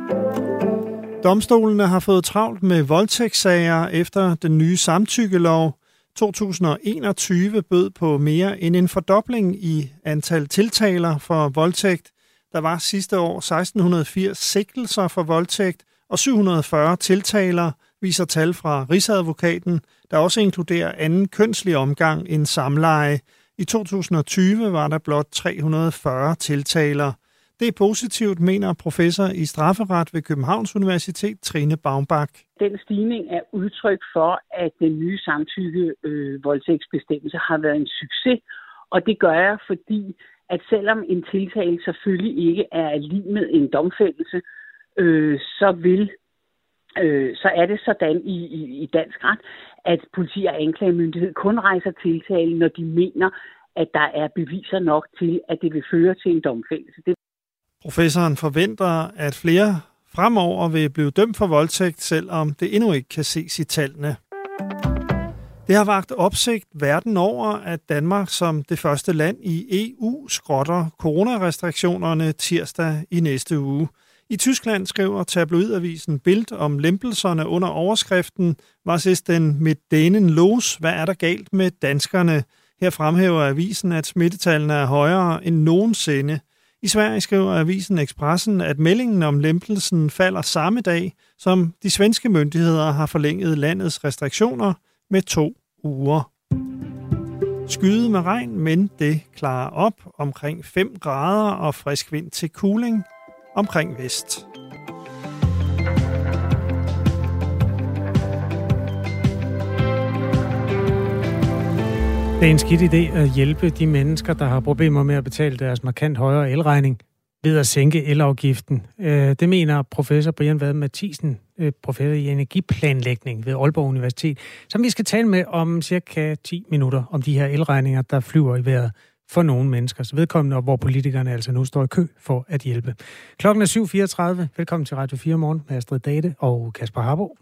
Domstolene har fået travlt med voldtægtssager efter den nye samtykkelov. to tusind og enogtyve bød på mere end en fordobling i antal tiltaler for voldtægt. Der var sidste år seksten firs sigtelser for voldtægt og syv hundrede og fyrre tiltaler, viser tal fra Rigsadvokaten, der også inkluderer anden kønslig omgang end samleje. I to tusind og tyve var der blot tre hundrede og fyrre tiltaler. Det er positivt, mener professor i strafferet ved Københavns Universitet, Trine Baumbach. Den stigning er udtryk for, at den nye samtykke øh, voldtægtsbestemmelse har været en succes, og det gør jeg, fordi at selvom en tiltale selvfølgelig ikke er lig med en domfældelse, øh, så vil øh, så er det sådan i, i, i dansk ret, at politi og anklagemyndighed kun rejser tiltale, når de mener, at der er beviser nok til, at det vil føre til en domfældelse. Det Professoren forventer, at flere fremover vil blive dømt for voldtægt, selvom det endnu ikke kan ses i tallene. Det har vakt opsigt verden over, at Danmark som det første land i E U skrotter coronarestriktionerne tirsdag i næste uge. I Tyskland skriver tabloidavisen Bild om lempelserne under overskriften Was ist denn mit denen los? Hvad er der galt med danskerne? Her fremhæver avisen, at smittetallene er højere end nogensinde. I Sverige skriver avisen Expressen, at meldingen om lempelsen falder samme dag, som de svenske myndigheder har forlænget landets restriktioner med to uger. Skyde med regn, men det klarer op omkring fem grader og frisk vind til kuling omkring vest. Det er en skidt idé at hjælpe de mennesker, der har problemer med at betale deres markant højere elregning ved at sænke elafgiften. Det mener professor Brian Vad Mathisen, professor i energiplanlægning ved Aalborg Universitet, som vi skal tale med om cirka ti minutter om de her elregninger, der flyver i vejret for nogle menneskers vedkommende, og hvor politikerne altså nu står i kø for at hjælpe. Klokken er syv fireogtredive. Velkommen til Radio fire Morgen med Astrid Date og Kasper Harbo.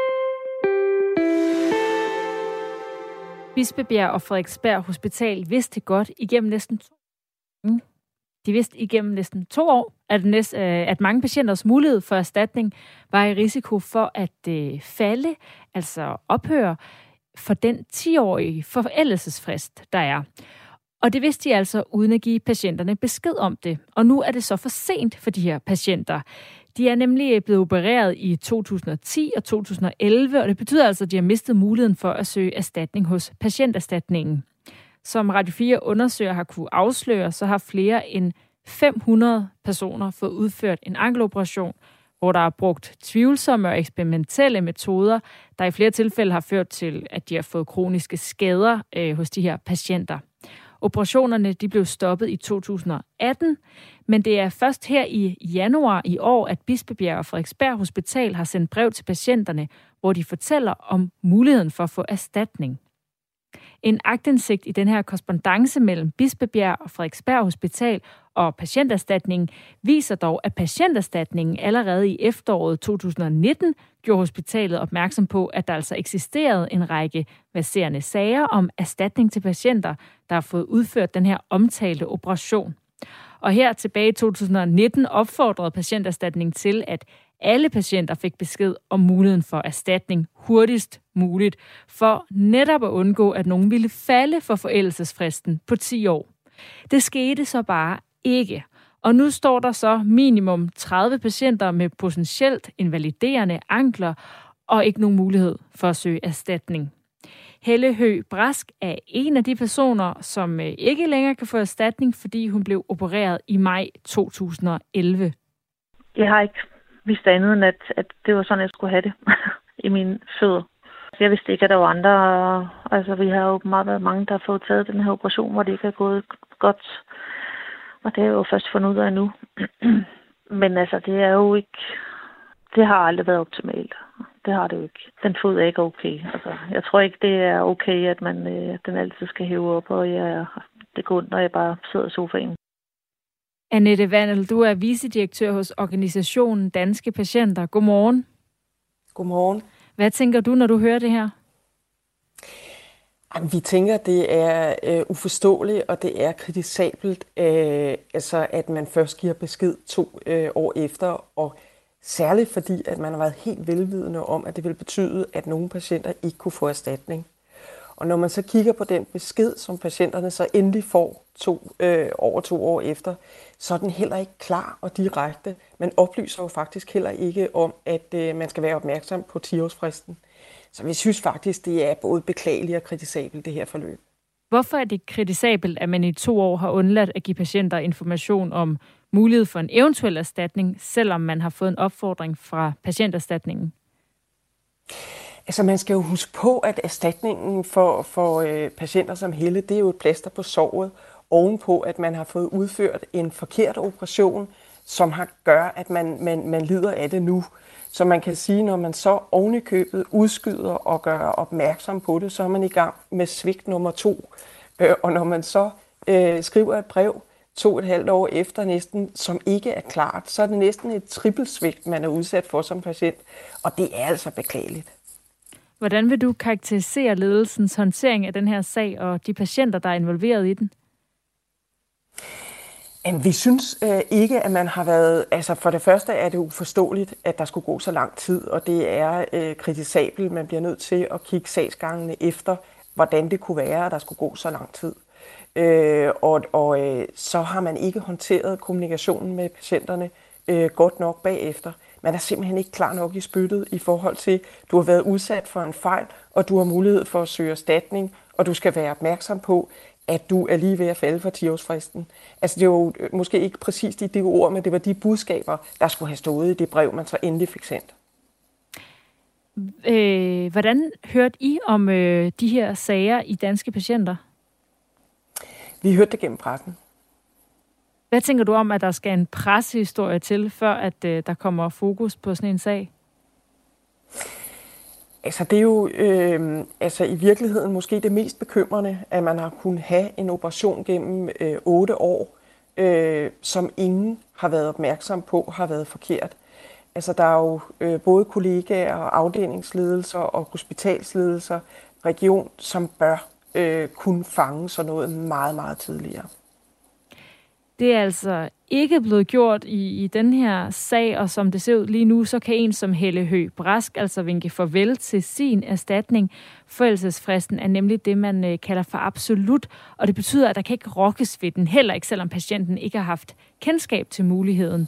Bispebjerg og Frederiksberg Hospital vidste godt igennem næsten to mm. De vidste igennem næsten to år, at, næst, at mange patienters mulighed for erstatning var i risiko for at øh, falde, altså ophøre, for den ti-årige forældelsesfrist, der er. Og det vidste de altså uden at give patienterne besked om det. Og nu er det så for sent for de her patienter. De er nemlig blevet opereret i to tusind og ti og to tusind og elleve, og det betyder altså, at de har mistet muligheden for at søge erstatning hos Patienterstatningen. Som Radio fire undersøger har kunne afsløre, så har flere end fem hundrede personer fået udført en ankeloperation, hvor der er brugt tvivlsomme og eksperimentelle metoder, der i flere tilfælde har ført til, at de har fået kroniske skader øh, hos de her patienter. Operationerne de blev stoppet i to tusind og atten, men det er først her i januar i år, at Bispebjerg og Frederiksberg Hospital har sendt brev til patienterne, hvor de fortæller om muligheden for at få erstatning. En aktindsigt i den her korrespondance mellem Bispebjerg og Frederiksberg Hospital og Patienterstatningen viser dog, at Patienterstatningen allerede i efteråret to tusind og nitten gjorde hospitalet opmærksom på, at der altså eksisterede en række verserende sager om erstatning til patienter, der har fået udført den her omtalte operation. Og her tilbage i to tusind og nitten opfordrede Patienterstatningen til, at alle patienter fik besked om muligheden for erstatning hurtigst muligt, for netop at undgå, at nogen ville falde for forældelsesfristen på ti år. Det skete så bare ikke. Og nu står der så minimum tredive patienter med potentielt invaliderende ankler og ikke nogen mulighed for at søge erstatning. Helle Høgh Brask er en af de personer, som ikke længere kan få erstatning, fordi hun blev opereret i maj to tusind og elleve. Jeg har ikke vidst andet end, at, at det var sådan, jeg skulle have det i mine fødder. Jeg vidste ikke, at der var andre. Altså, vi har jo meget været mange, der har fået taget den her operation, hvor det ikke er gået godt. Og det er jo først fundet ud af nu. Men altså, det er jo ikke... Det har aldrig været optimalt. Det har det jo ikke. Den fod er ikke okay. Altså, jeg tror ikke, det er okay, at man øh, den altid skal hæve op, og jeg, det går ondt, når jeg bare sidder i sofaen. Annette Vandel, du er vicedirektør hos organisationen Danske Patienter. Godmorgen. Godmorgen. Hvad tænker du, når du hører det her? Vi tænker, at det er øh, uforståeligt, og det er kritisabelt, øh, altså, at man først giver besked to øh, år efter, og særligt fordi, at man har været helt velvidende om, at det vil betyde, at nogle patienter ikke kunne få erstatning. Og når man så kigger på den besked, som patienterne så endelig får to, øh, over to år efter, så er den heller ikke klar og direkte. Man oplyser jo faktisk heller ikke om, at øh, man skal være opmærksom på ti-årsfristen. Så vi synes faktisk, det er både beklageligt og kritisabelt, det her forløb. Hvorfor er det kritisabelt, at man i to år har undladt at give patienter information om mulighed for en eventuel erstatning, selvom man har fået en opfordring fra Patienterstatningen? Altså man skal jo huske på, at erstatningen for, for øh, patienter som Helle, det er jo et plaster på såret, ovenpå at man har fået udført en forkert operation, som har gør, at man, man, man lider af det nu. Så man kan sige, når man så ovenikøbet udskyder og gør opmærksom på det, så er man i gang med svigt nummer to. Øh, og når man så øh, skriver et brev to og et halvt år efter næsten, som ikke er klart, så er det næsten et trippelsvigt, man er udsat for som patient. Og det er altså beklageligt. Hvordan vil du karakterisere ledelsens håndtering af den her sag og de patienter, der er involveret i den? Vi synes øh, ikke, at man har været... Altså for det første er det uforståeligt, at der skulle gå så lang tid, og det er øh, kritisabelt. Man bliver nødt til at kigge sagsgangene efter, hvordan det kunne være, at der skulle gå så lang tid. Øh, og og øh, så har man ikke håndteret kommunikationen med patienterne øh, godt nok bagefter. Man er simpelthen ikke klar nok i spyttet i forhold til, at du har været udsat for en fejl, og du har mulighed for at søge erstatning, og du skal være opmærksom på, at du er lige ved at falde for ti-årsfristen. Altså det var jo måske ikke præcis de, de ord, men det var de budskaber, der skulle have stået i det brev, man så endelig fik sendt. Øh, hvordan hørte I om øh, de her sager i Danske Patienter? Vi hørte det gennem pressen. Hvad tænker du om, at der skal en pressehistorie til, før at øh, der kommer fokus på sådan en sag? Altså det er jo øh, altså i virkeligheden måske det mest bekymrende, at man har kunnet have en operation gennem øh, otte år, øh, som ingen har været opmærksom på, har været forkert. Altså der er jo øh, både kollegaer og afdelingsledelser og hospitalsledelser, region, som bør øh, kunne fange sådan noget meget, meget tidligere. Det er altså ikke blevet gjort i, i den her sag, og som det ser ud lige nu, så kan en som Helle Høgh Brask altså vinke farvel til sin erstatning. Forældelsesfristen er nemlig det, man øh, kalder for absolut, og det betyder, at der kan ikke rokkes ved den, heller ikke selvom patienten ikke har haft kendskab til muligheden.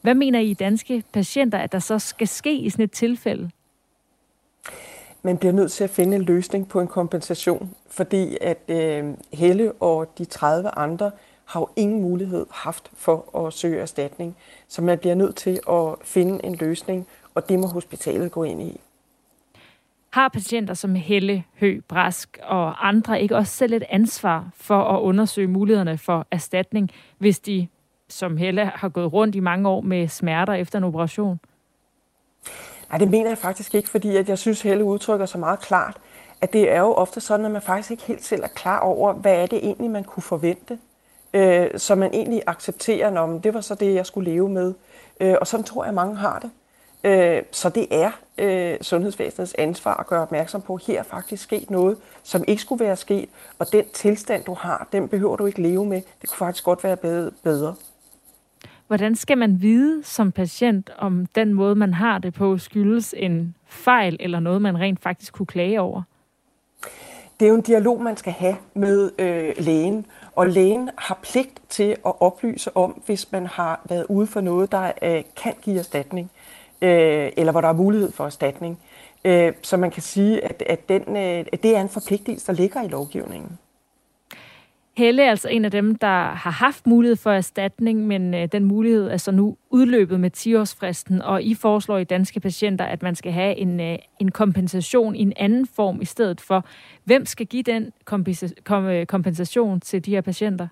Hvad mener I danske patienter, at der så skal ske i sådan et tilfælde? Man bliver nødt til at finde en løsning på en kompensation, fordi at øh, Helle og de tredive andre har jo ingen mulighed haft for at søge erstatning. Så man bliver nødt til at finde en løsning, og det må hospitalet gå ind i. Har patienter som Helle Høgh Brask og andre ikke også selv et ansvar for at undersøge mulighederne for erstatning, hvis de, som Helle, har gået rundt i mange år med smerter efter en operation? Nej, det mener jeg faktisk ikke, fordi at jeg synes, Helle udtrykker så meget klart, at det er jo ofte sådan, at man faktisk ikke helt selv er klar over, hvad er det egentlig, man kunne forvente. Øh, så man egentlig accepterer, at det var så det, jeg skulle leve med. Øh, og sådan tror jeg, mange har det. Øh, så det er øh, sundhedsvæsenets ansvar at gøre opmærksom på, at her er faktisk sket noget, som ikke skulle være sket. Og den tilstand, du har, den behøver du ikke leve med. Det kunne faktisk godt være bedre. Hvordan skal man vide som patient, om den måde, man har det på, skyldes en fejl eller noget, man rent faktisk kunne klage over? Det er jo en dialog, man skal have med øh, lægen, og lægen har pligt til at oplyse om, hvis man har været ude for noget, der øh, kan give erstatning, øh, eller hvor der er mulighed for erstatning. Øh, så man kan sige, at, at, den, øh, at det er en forpligtelse, der ligger i lovgivningen. Helle er altså en af dem, der har haft mulighed for erstatning, men øh, den mulighed er så nu udløbet med ti-årsfristen, og I foreslår i Danske Patienter, at man skal have en, øh, en kompensation i en anden form i stedet for. Hvem skal give den kompensa- kom, kompensation til de her patienter?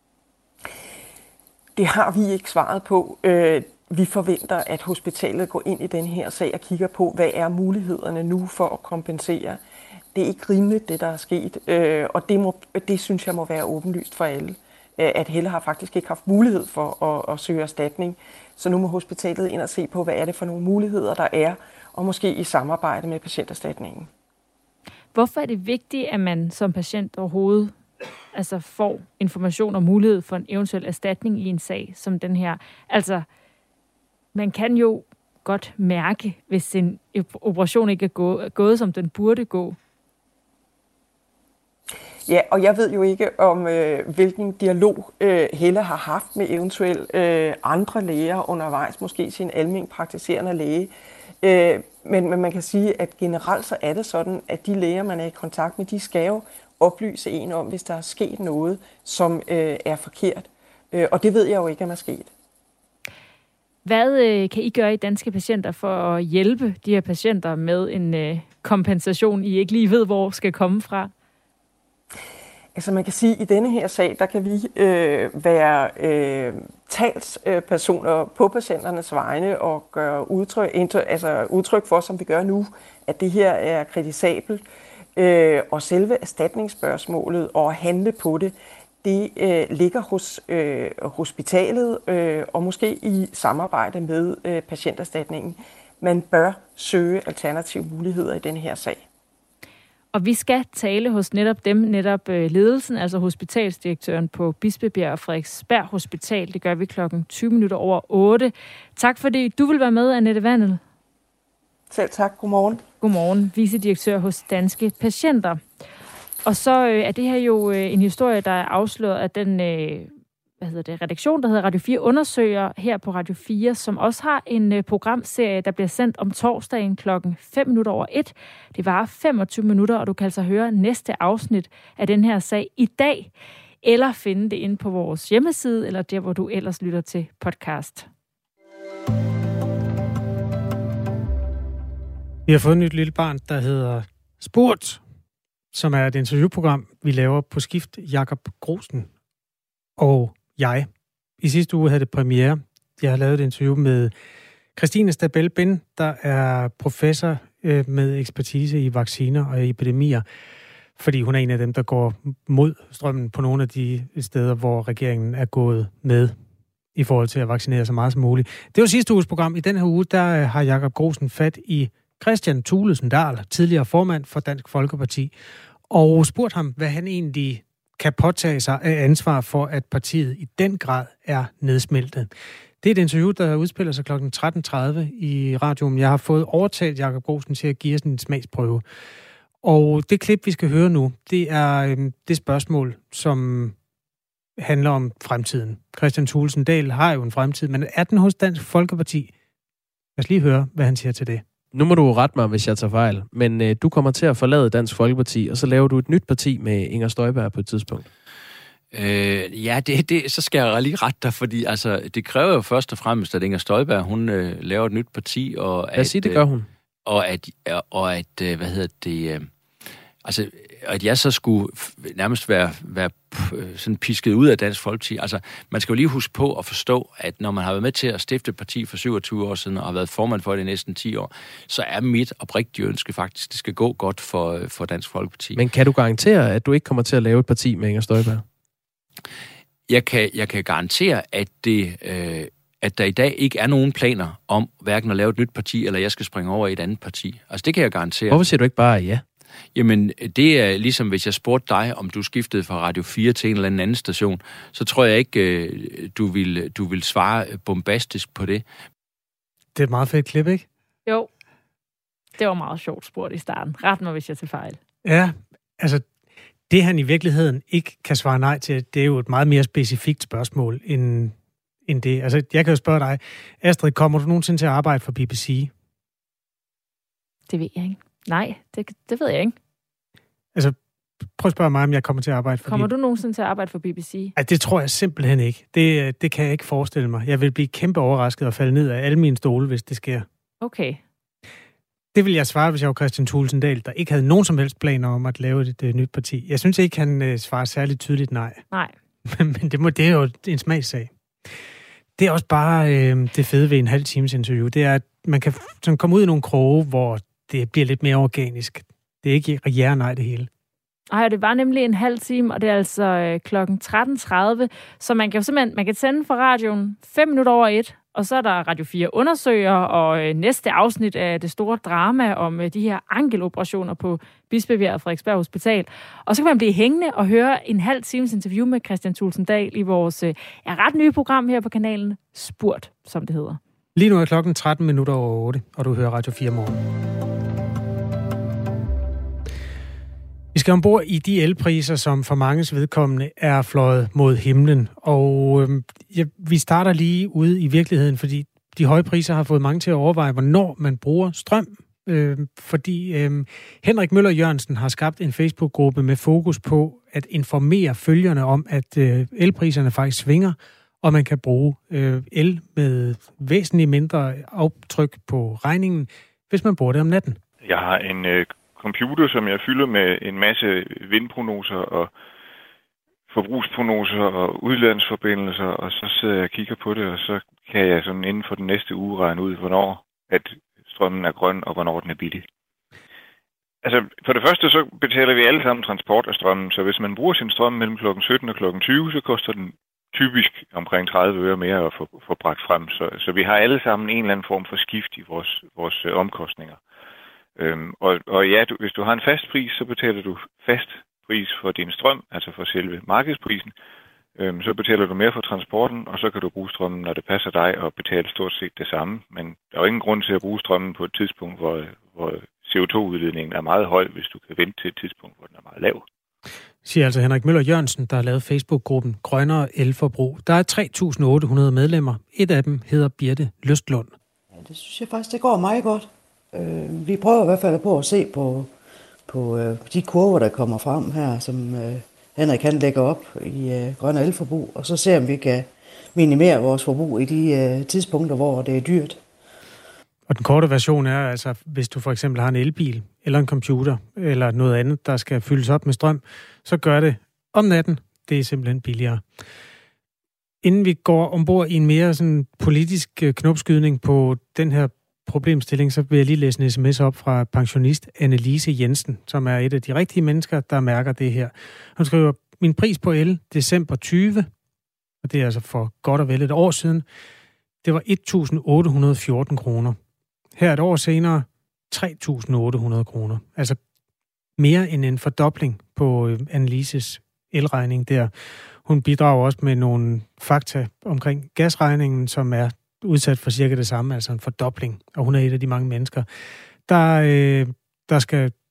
Det har vi ikke svaret på. Øh, vi forventer, at hospitalet går ind i den her sag og kigger på, hvad er mulighederne nu for at kompensere. Det er ikke rimeligt, det der er sket, øh, og det, må, det synes jeg må være åbenlyst for alle, at Helle har faktisk ikke haft mulighed for at, at søge erstatning. Så nu må hospitalet ind og se på, hvad er det for nogle muligheder, der er, og måske i samarbejde med patienterstatningen. Hvorfor er det vigtigt, at man som patient overhovedet altså får information og mulighed for en eventuel erstatning i en sag som den her? Altså, man kan jo godt mærke, hvis en operation ikke er gået, som den burde gå. Ja, og jeg ved jo ikke om, øh, hvilken dialog øh, Helle har haft med eventuelt øh, andre læger undervejs, måske sin alment praktiserende læge. Øh, men, men man kan sige, at generelt så er det sådan, at de læger, man er i kontakt med, de skal jo oplyse en om, hvis der er sket noget, som øh, er forkert. Øh, og det ved jeg jo ikke, om er sket. Hvad øh, kan I gøre i Danske Patienter for at hjælpe de her patienter med en øh, kompensation, I ikke lige ved, hvor skal komme fra? Altså man kan sige, at i denne her sag, der kan vi øh, være øh, talspersoner på patienternes vegne og gøre udtryk, altså udtryk for, som vi gør nu, at det her er kritisabelt. Øh, og selve erstatningsspørgsmålet og at handle på det, det øh, ligger hos øh, hospitalet øh, og måske i samarbejde med øh, patienterstatningen. Man bør søge alternative muligheder i denne her sag. Og vi skal tale hos netop dem, netop ledelsen, altså hospitalsdirektøren på Bispebjerg og Frederiksberg Hospital. Det gør vi klokken tyve minutter over otte. Tak fordi du vil være med, Annette Vandel. Selv tak. Godmorgen. Godmorgen. Vicedirektør hos Danske Patienter. Og så øh, er det her jo øh, en historie, der er afsløret af den øh, hvad hedder det, redaktion, der hedder Radio fire Undersøger her på Radio fire, som også har en øh, programserie, der bliver sendt om torsdagen klokken fem minutter over et. Det varer femogtyve minutter, og du kan altså høre næste afsnit af den her sag i dag, eller finde det inde på vores hjemmeside, eller der, hvor du ellers lytter til podcast. Vi har fået et nyt lille barn, der hedder Spurt, som er et interviewprogram, vi laver på skift. Jakob Grosen og jeg. I sidste uge havde det premiere. Jeg har lavet et interview med Christine Stabell Bind, der er professor med ekspertise i vacciner og epidemier, fordi hun er en af dem, der går mod strømmen på nogle af de steder, hvor regeringen er gået med i forhold til at vaccinere så meget som muligt. Det var sidste uges program. I den her uge, der har Jakob Grosen fat i Christian Thulesen Dahl, tidligere formand for Dansk Folkeparti, og spurgte ham, hvad han egentlig kan påtage sig af ansvar for, at partiet i den grad er nedsmeltet. Det er et interview, der udspiller sig klokken tretten tredive i radioen. Jeg har fået overtalt Jakob Grosen til at give os en smagsprøve. Og det klip, vi skal høre nu, det er øhm, det spørgsmål, som handler om fremtiden. Kristian Thulesen Dahl har jo en fremtid, men er den hos Dansk Folkeparti? Lad os lige høre, hvad han siger til det. Nu må du rette mig, hvis jeg tager fejl, men øh, du kommer til at forlade Dansk Folkeparti, og så laver du et nyt parti med Inger Støjberg på et tidspunkt. Øh, ja, det, det, så skal jeg lige rette dig, fordi altså, det kræver jo først og fremmest, at Inger Støjberg, hun øh, laver et nyt parti, og Lad os sige, det gør hun. Og at, og at øh, hvad hedder det, øh, altså, at jeg så skulle nærmest være, være sådan pisket ud af Dansk Folkeparti. Altså, man skal jo lige huske på at forstå, at når man har været med til at stifte et parti for syvogtyve år siden, og har været formand for det i næsten ti år, så er mit oprigtige ønske faktisk, det skal gå godt for, for Dansk Folkeparti. Men kan du garantere, at du ikke kommer til at lave et parti med Inger Støjberg? Jeg kan, jeg kan garantere, at, det, øh, at der i dag ikke er nogen planer om hverken at lave et nyt parti, eller jeg skal springe over i et andet parti. Altså, det kan jeg garantere. Hvorfor siger du ikke bare ja? Jamen, det er ligesom, hvis jeg spurgte dig, om du skiftede fra Radio fire til en eller anden anden station, så tror jeg ikke, du vil, du vil svare bombastisk på det. Det er et meget fedt klip, ikke? Jo. Det var meget sjovt spurgt i starten. Ret mig, hvis jeg tager fejl. Ja, altså, det han i virkeligheden ikke kan svare nej til, det er jo et meget mere specifikt spørgsmål end, end det. Altså, jeg kan jo spørge dig, Astrid, kommer du nogensinde til at arbejde for B B C? Det ved jeg ikke. Nej, det, det ved jeg ikke. Altså, prøv at spørge mig, om jeg kommer til at arbejde for Kommer B B C. du nogensinde til at arbejde for B B C? Ej, det tror jeg simpelthen ikke. Det, det kan jeg ikke forestille mig. Jeg vil blive kæmpe overrasket og falde ned af alle mine stole, hvis det sker. Okay. Det vil jeg svare, hvis jeg var Kristian Thulesen Dahl, der ikke havde nogen som helst planer om at lave et, et nyt parti. Jeg synes ikke, han uh, svarer særligt tydeligt nej. Nej. Men det, må, det er jo en smagssag. Det er også bare øh, det fede ved en halv times interview. Det er, at man kan sådan komme ud i nogle kroge, hvor det bliver lidt mere organisk. Det er ikke ja og nej det hele. Ej, det var nemlig en halv time, og det er altså øh, klokken tretten tredive, så man kan jo simpelthen man kan tænde for radioen fem minutter over et, og så er der Radio fire undersøger, og øh, næste afsnit af det store drama om øh, de her ankeloperationer på Bispebjerg Frederiksberg Hospital. Og så kan man blive hængende og høre en halv times interview med Kristian Thulesen Dahl i vores øh, ret nye program her på kanalen, Spurt, som det hedder. Lige nu er klokken tretten minutter over otte, og du hører Radio fire morgen. Vi skal ombord i de elpriser, som for manges vedkommende er fløjet mod himlen. Og øh, ja, vi starter lige ude i virkeligheden, fordi de høje priser har fået mange til at overveje, hvornår man bruger strøm. Øh, fordi øh, Henrik Møller Jørgensen har skabt en Facebook-gruppe med fokus på at informere følgerne om, at øh, elpriserne faktisk svinger, og man kan bruge øh, el med væsentligt mindre aftryk på regningen, hvis man bruger det om natten. Jeg har en øh, computer, som jeg fylder med en masse vindprognoser og forbrugsprognoser og udlandsforbindelser, og så sidder jeg og kigger på det, og så kan jeg sådan inden for den næste uge regne ud, hvornår at strømmen er grøn, og hvornår den er billig. Altså, for det første, så betaler vi alle sammen transport af strømmen, så hvis man bruger sin strøm mellem klokken sytten og klokken tyve, så koster den typisk omkring tredive øre mere at få, få bragt frem. Så, så vi har alle sammen en eller anden form for skift i vores, vores øh, omkostninger. Øhm, og, og ja, du, hvis du har en fast pris, så betaler du fast pris for din strøm, altså for selve markedsprisen. Øhm, så betaler du mere for transporten, og så kan du bruge strømmen, når det passer dig, og betale stort set det samme. Men der er jo ingen grund til at bruge strømmen på et tidspunkt, hvor, hvor C O to udledningen er meget høj, hvis du kan vente til et tidspunkt, hvor den er meget lav. Siger altså Henrik Møller Jørgensen, der har lavet Facebook-gruppen Grønnere Elforbrug. Der er tre tusind otte hundrede medlemmer. Et af dem hedder Birte Lystlund. Ja, det synes jeg faktisk, det går meget godt. Øh, vi prøver i hvert fald på at se på, på øh, de kurver, der kommer frem her, som øh, Henrik kan lægge op i øh, Grønnere Elforbrug, og så se, om vi kan minimere vores forbrug i de øh, tidspunkter, hvor det er dyrt. Og den korte version er altså, hvis du for eksempel har en elbil, eller en computer, eller noget andet, der skal fyldes op med strøm, så gør det om natten. Det er simpelthen billigere. Inden vi går ombord i en mere sådan politisk knopskydning på den her problemstilling, så vil jeg lige læse en sms op fra pensionist Annelise Jensen, som er et af de rigtige mennesker, der mærker det her. Hun skriver, min pris på el december tyve, og det er altså for godt og vel et år siden, det var et tusind otte hundrede og fjorten kroner. Her et år senere, tre tusind otte hundrede kroner. Altså mere end en fordobling på Annelises elregning der. Hun bidrager også med nogle fakta omkring gasregningen, som er udsat for cirka det samme, altså en fordobling. Og hun er et af de mange mennesker, der, øh, der skal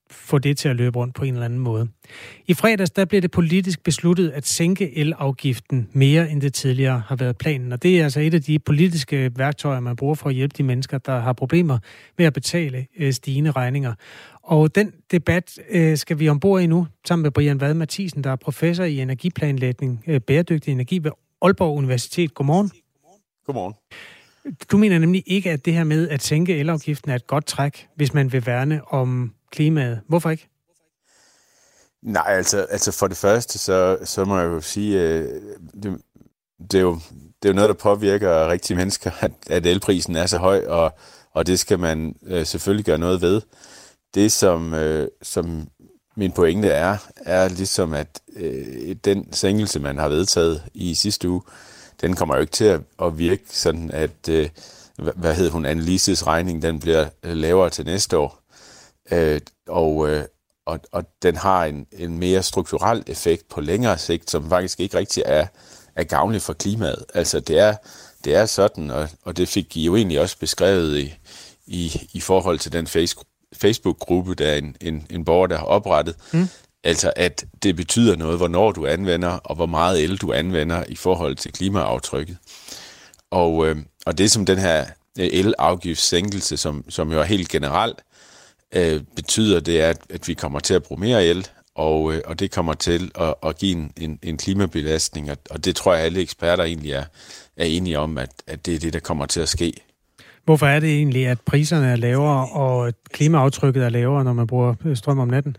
få det til at løbe rundt på en eller anden måde. I fredags der blev det politisk besluttet at sænke elafgiften mere end det tidligere har været planen. Og det er altså et af de politiske værktøjer, man bruger for at hjælpe de mennesker, der har problemer med at betale stigende regninger. Og den debat skal vi ombord i nu, sammen med Brian Vad Mathisen, der er professor i energiplanlægning, bæredygtig energi ved Aalborg Universitet. Godmorgen. Godmorgen. Du mener nemlig ikke, at det her med at sænke elafgiften er et godt træk, hvis man vil værne om klimaet. Hvorfor ikke? Nej, altså, altså for det første, så, så må jeg jo sige, øh, det, det, er jo, det er jo noget, der påvirker rigtige mennesker, at, at elprisen er så høj, og, og det skal man øh, selvfølgelig gøre noget ved. Det, som, øh, som min pointe er, er ligesom, at øh, den sænkelse, man har vedtaget i sidste uge, den kommer jo ikke til at, at virke sådan, at, øh, hvad hedder hun, Annelises regning, den bliver lavere til næste år. Øh, og, øh, og, og den har en, en mere strukturel effekt på længere sigt, som faktisk ikke rigtig er, er gavnlig for klimaet. Altså det er, det er sådan, og, og det fik I jo egentlig også beskrevet i, i, i forhold til den Facebook-gruppe, der er en, en, en borger, der har oprettet. Mm. Altså at det betyder noget, hvornår du anvender, og hvor meget el du anvender i forhold til klimaaftrykket. Og, øh, og det som den her elafgiftssænkelse, som, som jo er helt generelt, øh, betyder, det er, at, at vi kommer til at bruge mere el, og, øh, og det kommer til at, at give en, en, en klimabelastning, og, og det tror jeg, alle eksperter egentlig er, er enige om, at, at det er det, der kommer til at ske. Hvorfor er det egentlig, at priserne er lavere, og klimaaftrykket er lavere, når man bruger strøm om natten?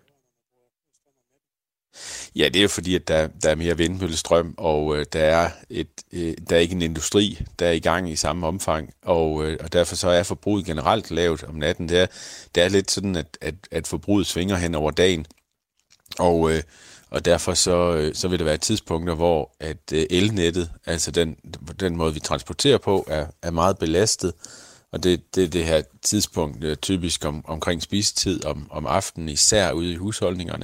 Ja, det er jo fordi, at der, der er mere vindmøllestrøm, og øh, der, er et, øh, der er ikke en industri, der er i gang i samme omfang, og, øh, og derfor så er forbruget generelt lavt om natten. Det er, det er lidt sådan, at, at, at forbruget svinger hen over dagen, og, øh, og derfor så, øh, så vil der være tidspunkter, hvor at øh, elnettet, altså den, den måde, vi transporterer på, er, er meget belastet, og det, det er det her tidspunkt øh, typisk om, omkring spisetid om, om aftenen, især ude i husholdningerne.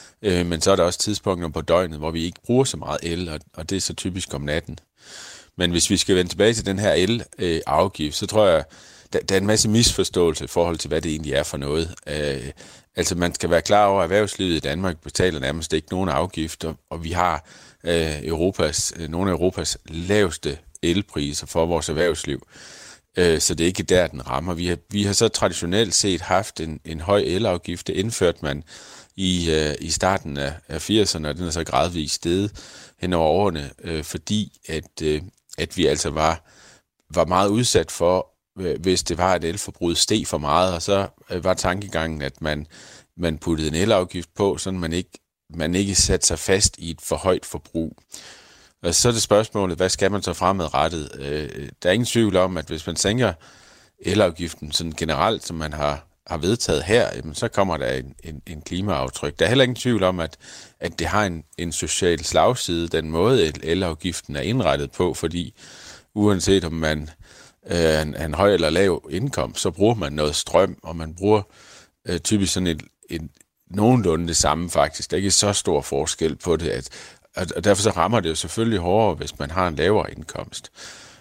Men så er der også tidspunkter på døgnet, hvor vi ikke bruger så meget el, og det er så typisk om natten. Men hvis vi skal vende tilbage til den her el-afgift, så tror jeg, der, der er en masse misforståelse i forhold til, hvad det egentlig er for noget. Altså man skal være klar over, at erhvervslivet i Danmark betaler nærmest ikke nogen afgifter, og vi har Europas, nogle af Europas laveste elpriser for vores erhvervsliv. Så det er ikke der, den rammer. Vi har, vi har så traditionelt set haft en, en høj elafgift. Det indførte man i, øh, i starten af, af firserne, og den er så gradvist steget hen over årene, øh, fordi at, øh, at vi altså var, var meget udsat for, øh, hvis det var, at elforbruget steg for meget, og så øh, var tankegangen, at man, man puttede en elafgift på, så man ikke, man ikke satte sig fast i et for højt forbrug. Og så er det spørgsmålet, hvad skal man så fremadrettet? Øh, der er ingen tvivl om, at hvis man sænker elafgiften sådan generelt, som man har har vedtaget her, jamen, så kommer der en, en, en klimaaftryk. Der er heller ingen tvivl om, at, at det har en, en social slagside, den måde elafgiften er indrettet på, fordi uanset om man øh, en, en høj eller lav indkomst, så bruger man noget strøm, og man bruger øh, typisk sådan et, et nogenlunde det samme faktisk. Der er ikke så stor forskel på det, at, og derfor så rammer det jo selvfølgelig hårdere, hvis man har en lavere indkomst.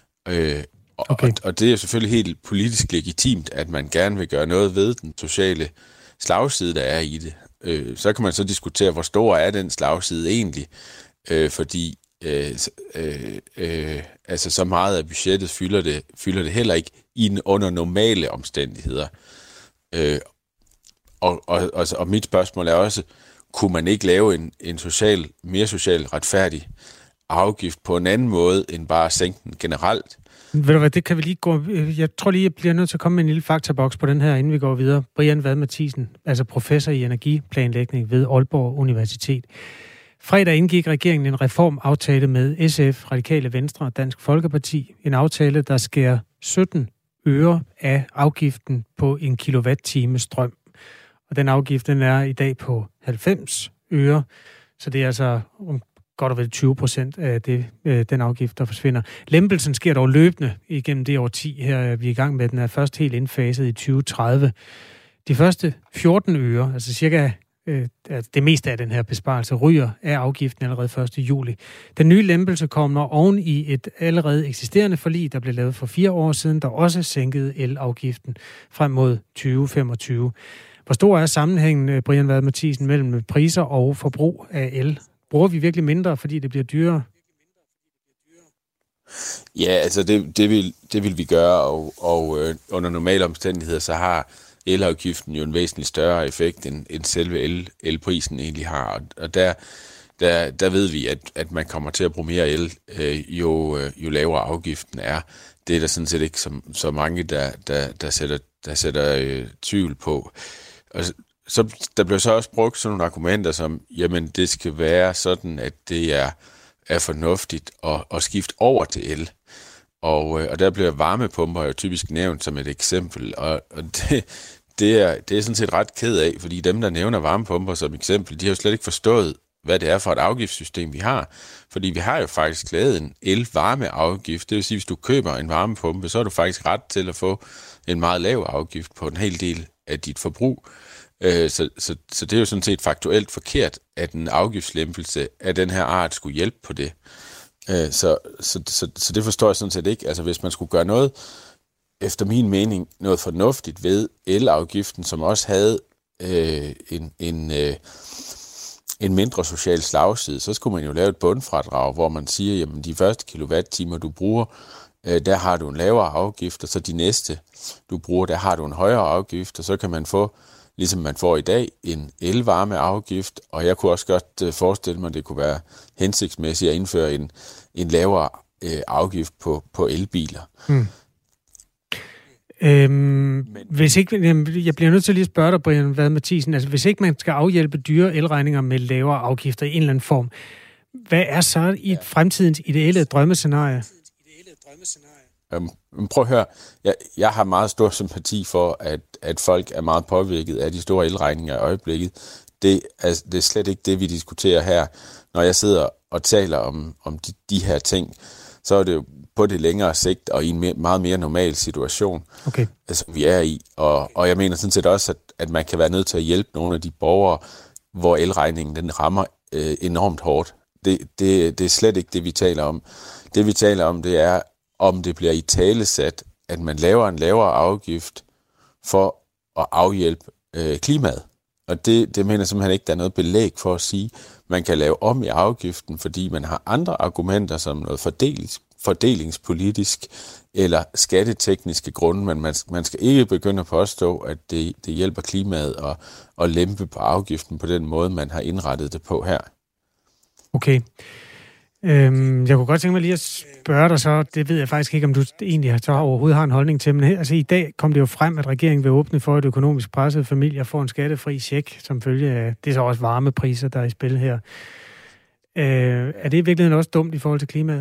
Øh, Okay. Og, og det er selvfølgelig helt politisk legitimt, at man gerne vil gøre noget ved den sociale slagside, der er i det. Øh, så kan man så diskutere, hvor stor er den slagside egentlig, øh, fordi øh, øh, øh, altså så meget af budgettet fylder det, fylder det heller ikke i under normale omstændigheder. Øh, og, og, og, og mit spørgsmål er også, kunne man ikke lave en, en social, mere social retfærdig afgift på en anden måde, end bare at sænke den generelt? Ved du hvad, det kan vi lige gå... Jeg tror lige, jeg bliver nødt til at komme med en lille faktaboks på den her, inden vi går videre. Brian Vad Mathisen, altså professor i energiplanlægning ved Aalborg Universitet. Fredag indgik regeringen en reformaftale med S F, Radikale Venstre og Dansk Folkeparti. En aftale, der skærer sytten øre af afgiften på en kilowatt-time strøm. Og den afgift, den er i dag på halvfems øre, så det er altså om godt og vel tyve procent af det, den afgift, der forsvinder. Lempelsen sker dog løbende igennem det årti her, vi er i gang med. Den er først helt indfaset i tyve tredive. De første fjorten øre, altså cirka øh, det meste af den her besparelse, ryger af afgiften allerede første juli. Den nye lempelse kommer oven i et allerede eksisterende forlig, der blev lavet for fire år siden, der også sænkede elafgiften frem mod tyve femogtyve. Hvor stor er sammenhængen, Brian Vad Mathiesen, mellem priser og forbrug af el? Bruger vi virkelig mindre, fordi det bliver dyrere? Ja, altså det, det, vil, det vil vi gøre, og, og øh, under normale omstændigheder, så har elafgiften jo en væsentlig større effekt, end, end selve el, elprisen egentlig har. Og, og der, der, der ved vi, at, at man kommer til at bruge mere el, øh, jo, øh, jo lavere afgiften er. Det er der sådan set ikke så, så mange, der, der, der sætter, der sætter øh, tvivl på. Og så, der bliver så også brugt sådan nogle argumenter som, jamen det skal være sådan, at det er, er fornuftigt at, at skifte over til el. Og, og der bliver varmepumper jo typisk nævnt som et eksempel, og, og det, det, er, det er sådan set ret ked af, fordi dem, der nævner varmepumper som eksempel, de har jo slet ikke forstået, hvad det er for et afgiftssystem, vi har. Fordi vi har jo faktisk lavet en el-varmeafgift. Det vil sige, hvis du køber en varmepumpe, så har du faktisk ret til at få en meget lav afgift på en hel del af dit forbrug. Så, så, så det er jo sådan set faktuelt forkert, at en afgiftslempelse af den her art skulle hjælpe på det. Så, så, så, så det forstår jeg sådan set ikke. Altså hvis man skulle gøre noget, efter min mening, noget fornuftigt ved elafgiften, som også havde øh, en, en, øh, en mindre social slagside, så skulle man jo lave et bundfradrag, hvor man siger, jamen de første kilowatt-timer, du bruger, øh, der har du en lavere afgift, og så de næste, du bruger, der har du en højere afgift, og så kan man få, ligesom man får i dag, en elvarmeafgift, og jeg kunne også godt forestille mig, at det kunne være hensigtsmæssigt at indføre en, en lavere øh, afgift på, på elbiler. Hmm. Øhm, Men, hvis ikke, jeg bliver nødt til lige at spørge dig, Brian Vad Mathiesen, altså hvis ikke man skal afhjælpe dyre elregninger med lavere afgifter i en eller anden form, hvad er så i ja. fremtidens ideelle drømmescenarie? Um, prøv at høre, jeg, jeg har meget stor sympati for, at, at folk er meget påvirket af de store elregninger i øjeblikket. Det er, det er slet ikke det, vi diskuterer her. Når jeg sidder og taler om, om de, de her ting, så er det jo på det længere sigt og i en mere, meget mere normal situation, okay. som vi er i. Og, og jeg mener sådan set også, at, at man kan være nødt til at hjælpe nogle af de borgere, hvor elregningen den rammer øh, enormt hårdt. Det, det, det er slet ikke det, vi taler om. Det, vi taler om, det er, om det bliver i talesat, at man laver en lavere afgift for at afhjælpe øh, klimaet. Og det, det mener jeg simpelthen ikke, der er noget belæg for at sige. Man kan lave om i afgiften, fordi man har andre argumenter, som noget fordelings, fordelingspolitisk eller skattetekniske grunde, men man, man skal ikke begynde at påstå, at det, det hjælper klimaet at, at lempe på afgiften på den måde, man har indrettet det på her. Okay. Øhm, jeg kunne godt tænke mig lige at spørge dig så, det ved jeg faktisk ikke, om du egentlig så overhovedet har en holdning til, men her, altså i dag kom det jo frem, at regeringen vil åbne for, at økonomisk pressede familier får en skattefri check, som følge af, det er så også varmepriser, der er i spil her. Øh, er det i virkeligheden også dumt i forhold til klimaet?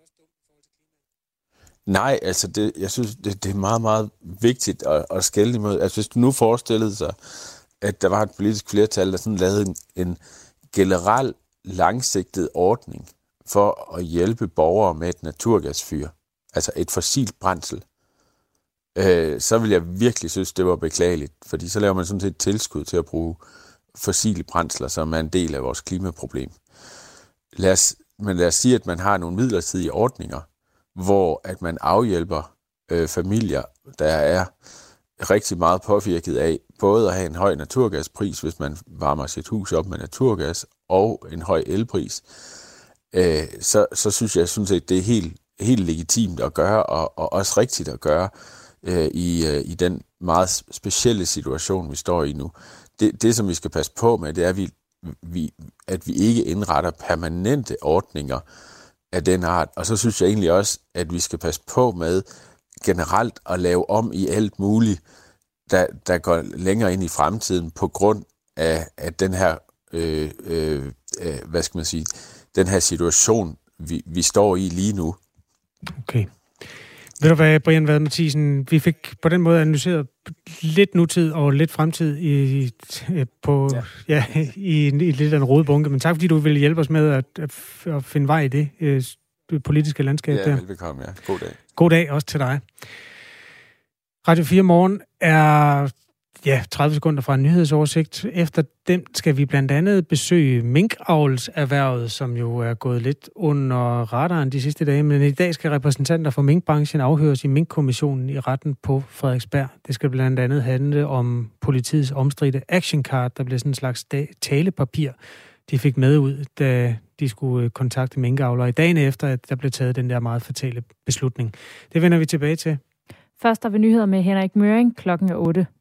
Nej, altså det, jeg synes, det, det er meget, meget vigtigt at, at skelne imod. Altså hvis du nu forestillede sig, at der var et politisk flertal, der sådan lavede en, en generel langsigtet ordning for at hjælpe borgere med et naturgasfyr, altså et fossilt brændsel, øh, så vil jeg virkelig synes, det var beklageligt, fordi så laver man sådan set et tilskud til at bruge fossile brændsler, som er en del af vores klimaproblem. Lad os, men lad os sige, at man har nogle midlertidige ordninger, hvor at man afhjælper øh, familier, der er rigtig meget påvirket af både at have en høj naturgaspris, hvis man varmer sit hus op med naturgas, og en høj elpris, øh, så, så synes jeg sådan set, det er helt, helt legitimt at gøre, og, og også rigtigt at gøre øh, i, øh, i den meget specielle situation, vi står i nu. Det, det som vi skal passe på med, det er, at vi, vi, at vi ikke indretter permanente ordninger af den art, og så synes jeg egentlig også, at vi skal passe på med generelt at lave om i alt muligt, der, der går længere ind i fremtiden, på grund af, af den her Øh, øh, øh, hvad skal man sige, den her situation, vi, vi står i lige nu. Okay. Ved du hvad, Brian Vad Mathiesen, vi fik på den måde analyseret lidt nutid og lidt fremtid i, på, ja. Ja, i, i lidt af en rodebunke, men tak fordi du ville hjælpe os med at, at, at finde vej i det, øh, det politiske landskab ja, der. Ja, velbekomme, ja. God dag. God dag også til dig. Radio fire Morgen er ja, tredive sekunder fra en nyhedsoversigt. Efter den skal vi blandt andet besøge minkavlserhvervet, som jo er gået lidt under radaren de sidste dage. Men i dag skal repræsentanter for minkbranchen afhøres i Minkkommissionen i retten på Frederiksberg. Det skal blandt andet handle om politiets omstridte action card, der bliver sådan en slags talepapir, de fik med ud, da de skulle kontakte minkavlere i dagen efter, at der blev taget den der meget fatale beslutning. Det vender vi tilbage til. Først har vi nyheder med Henrik Møring klokken er otte.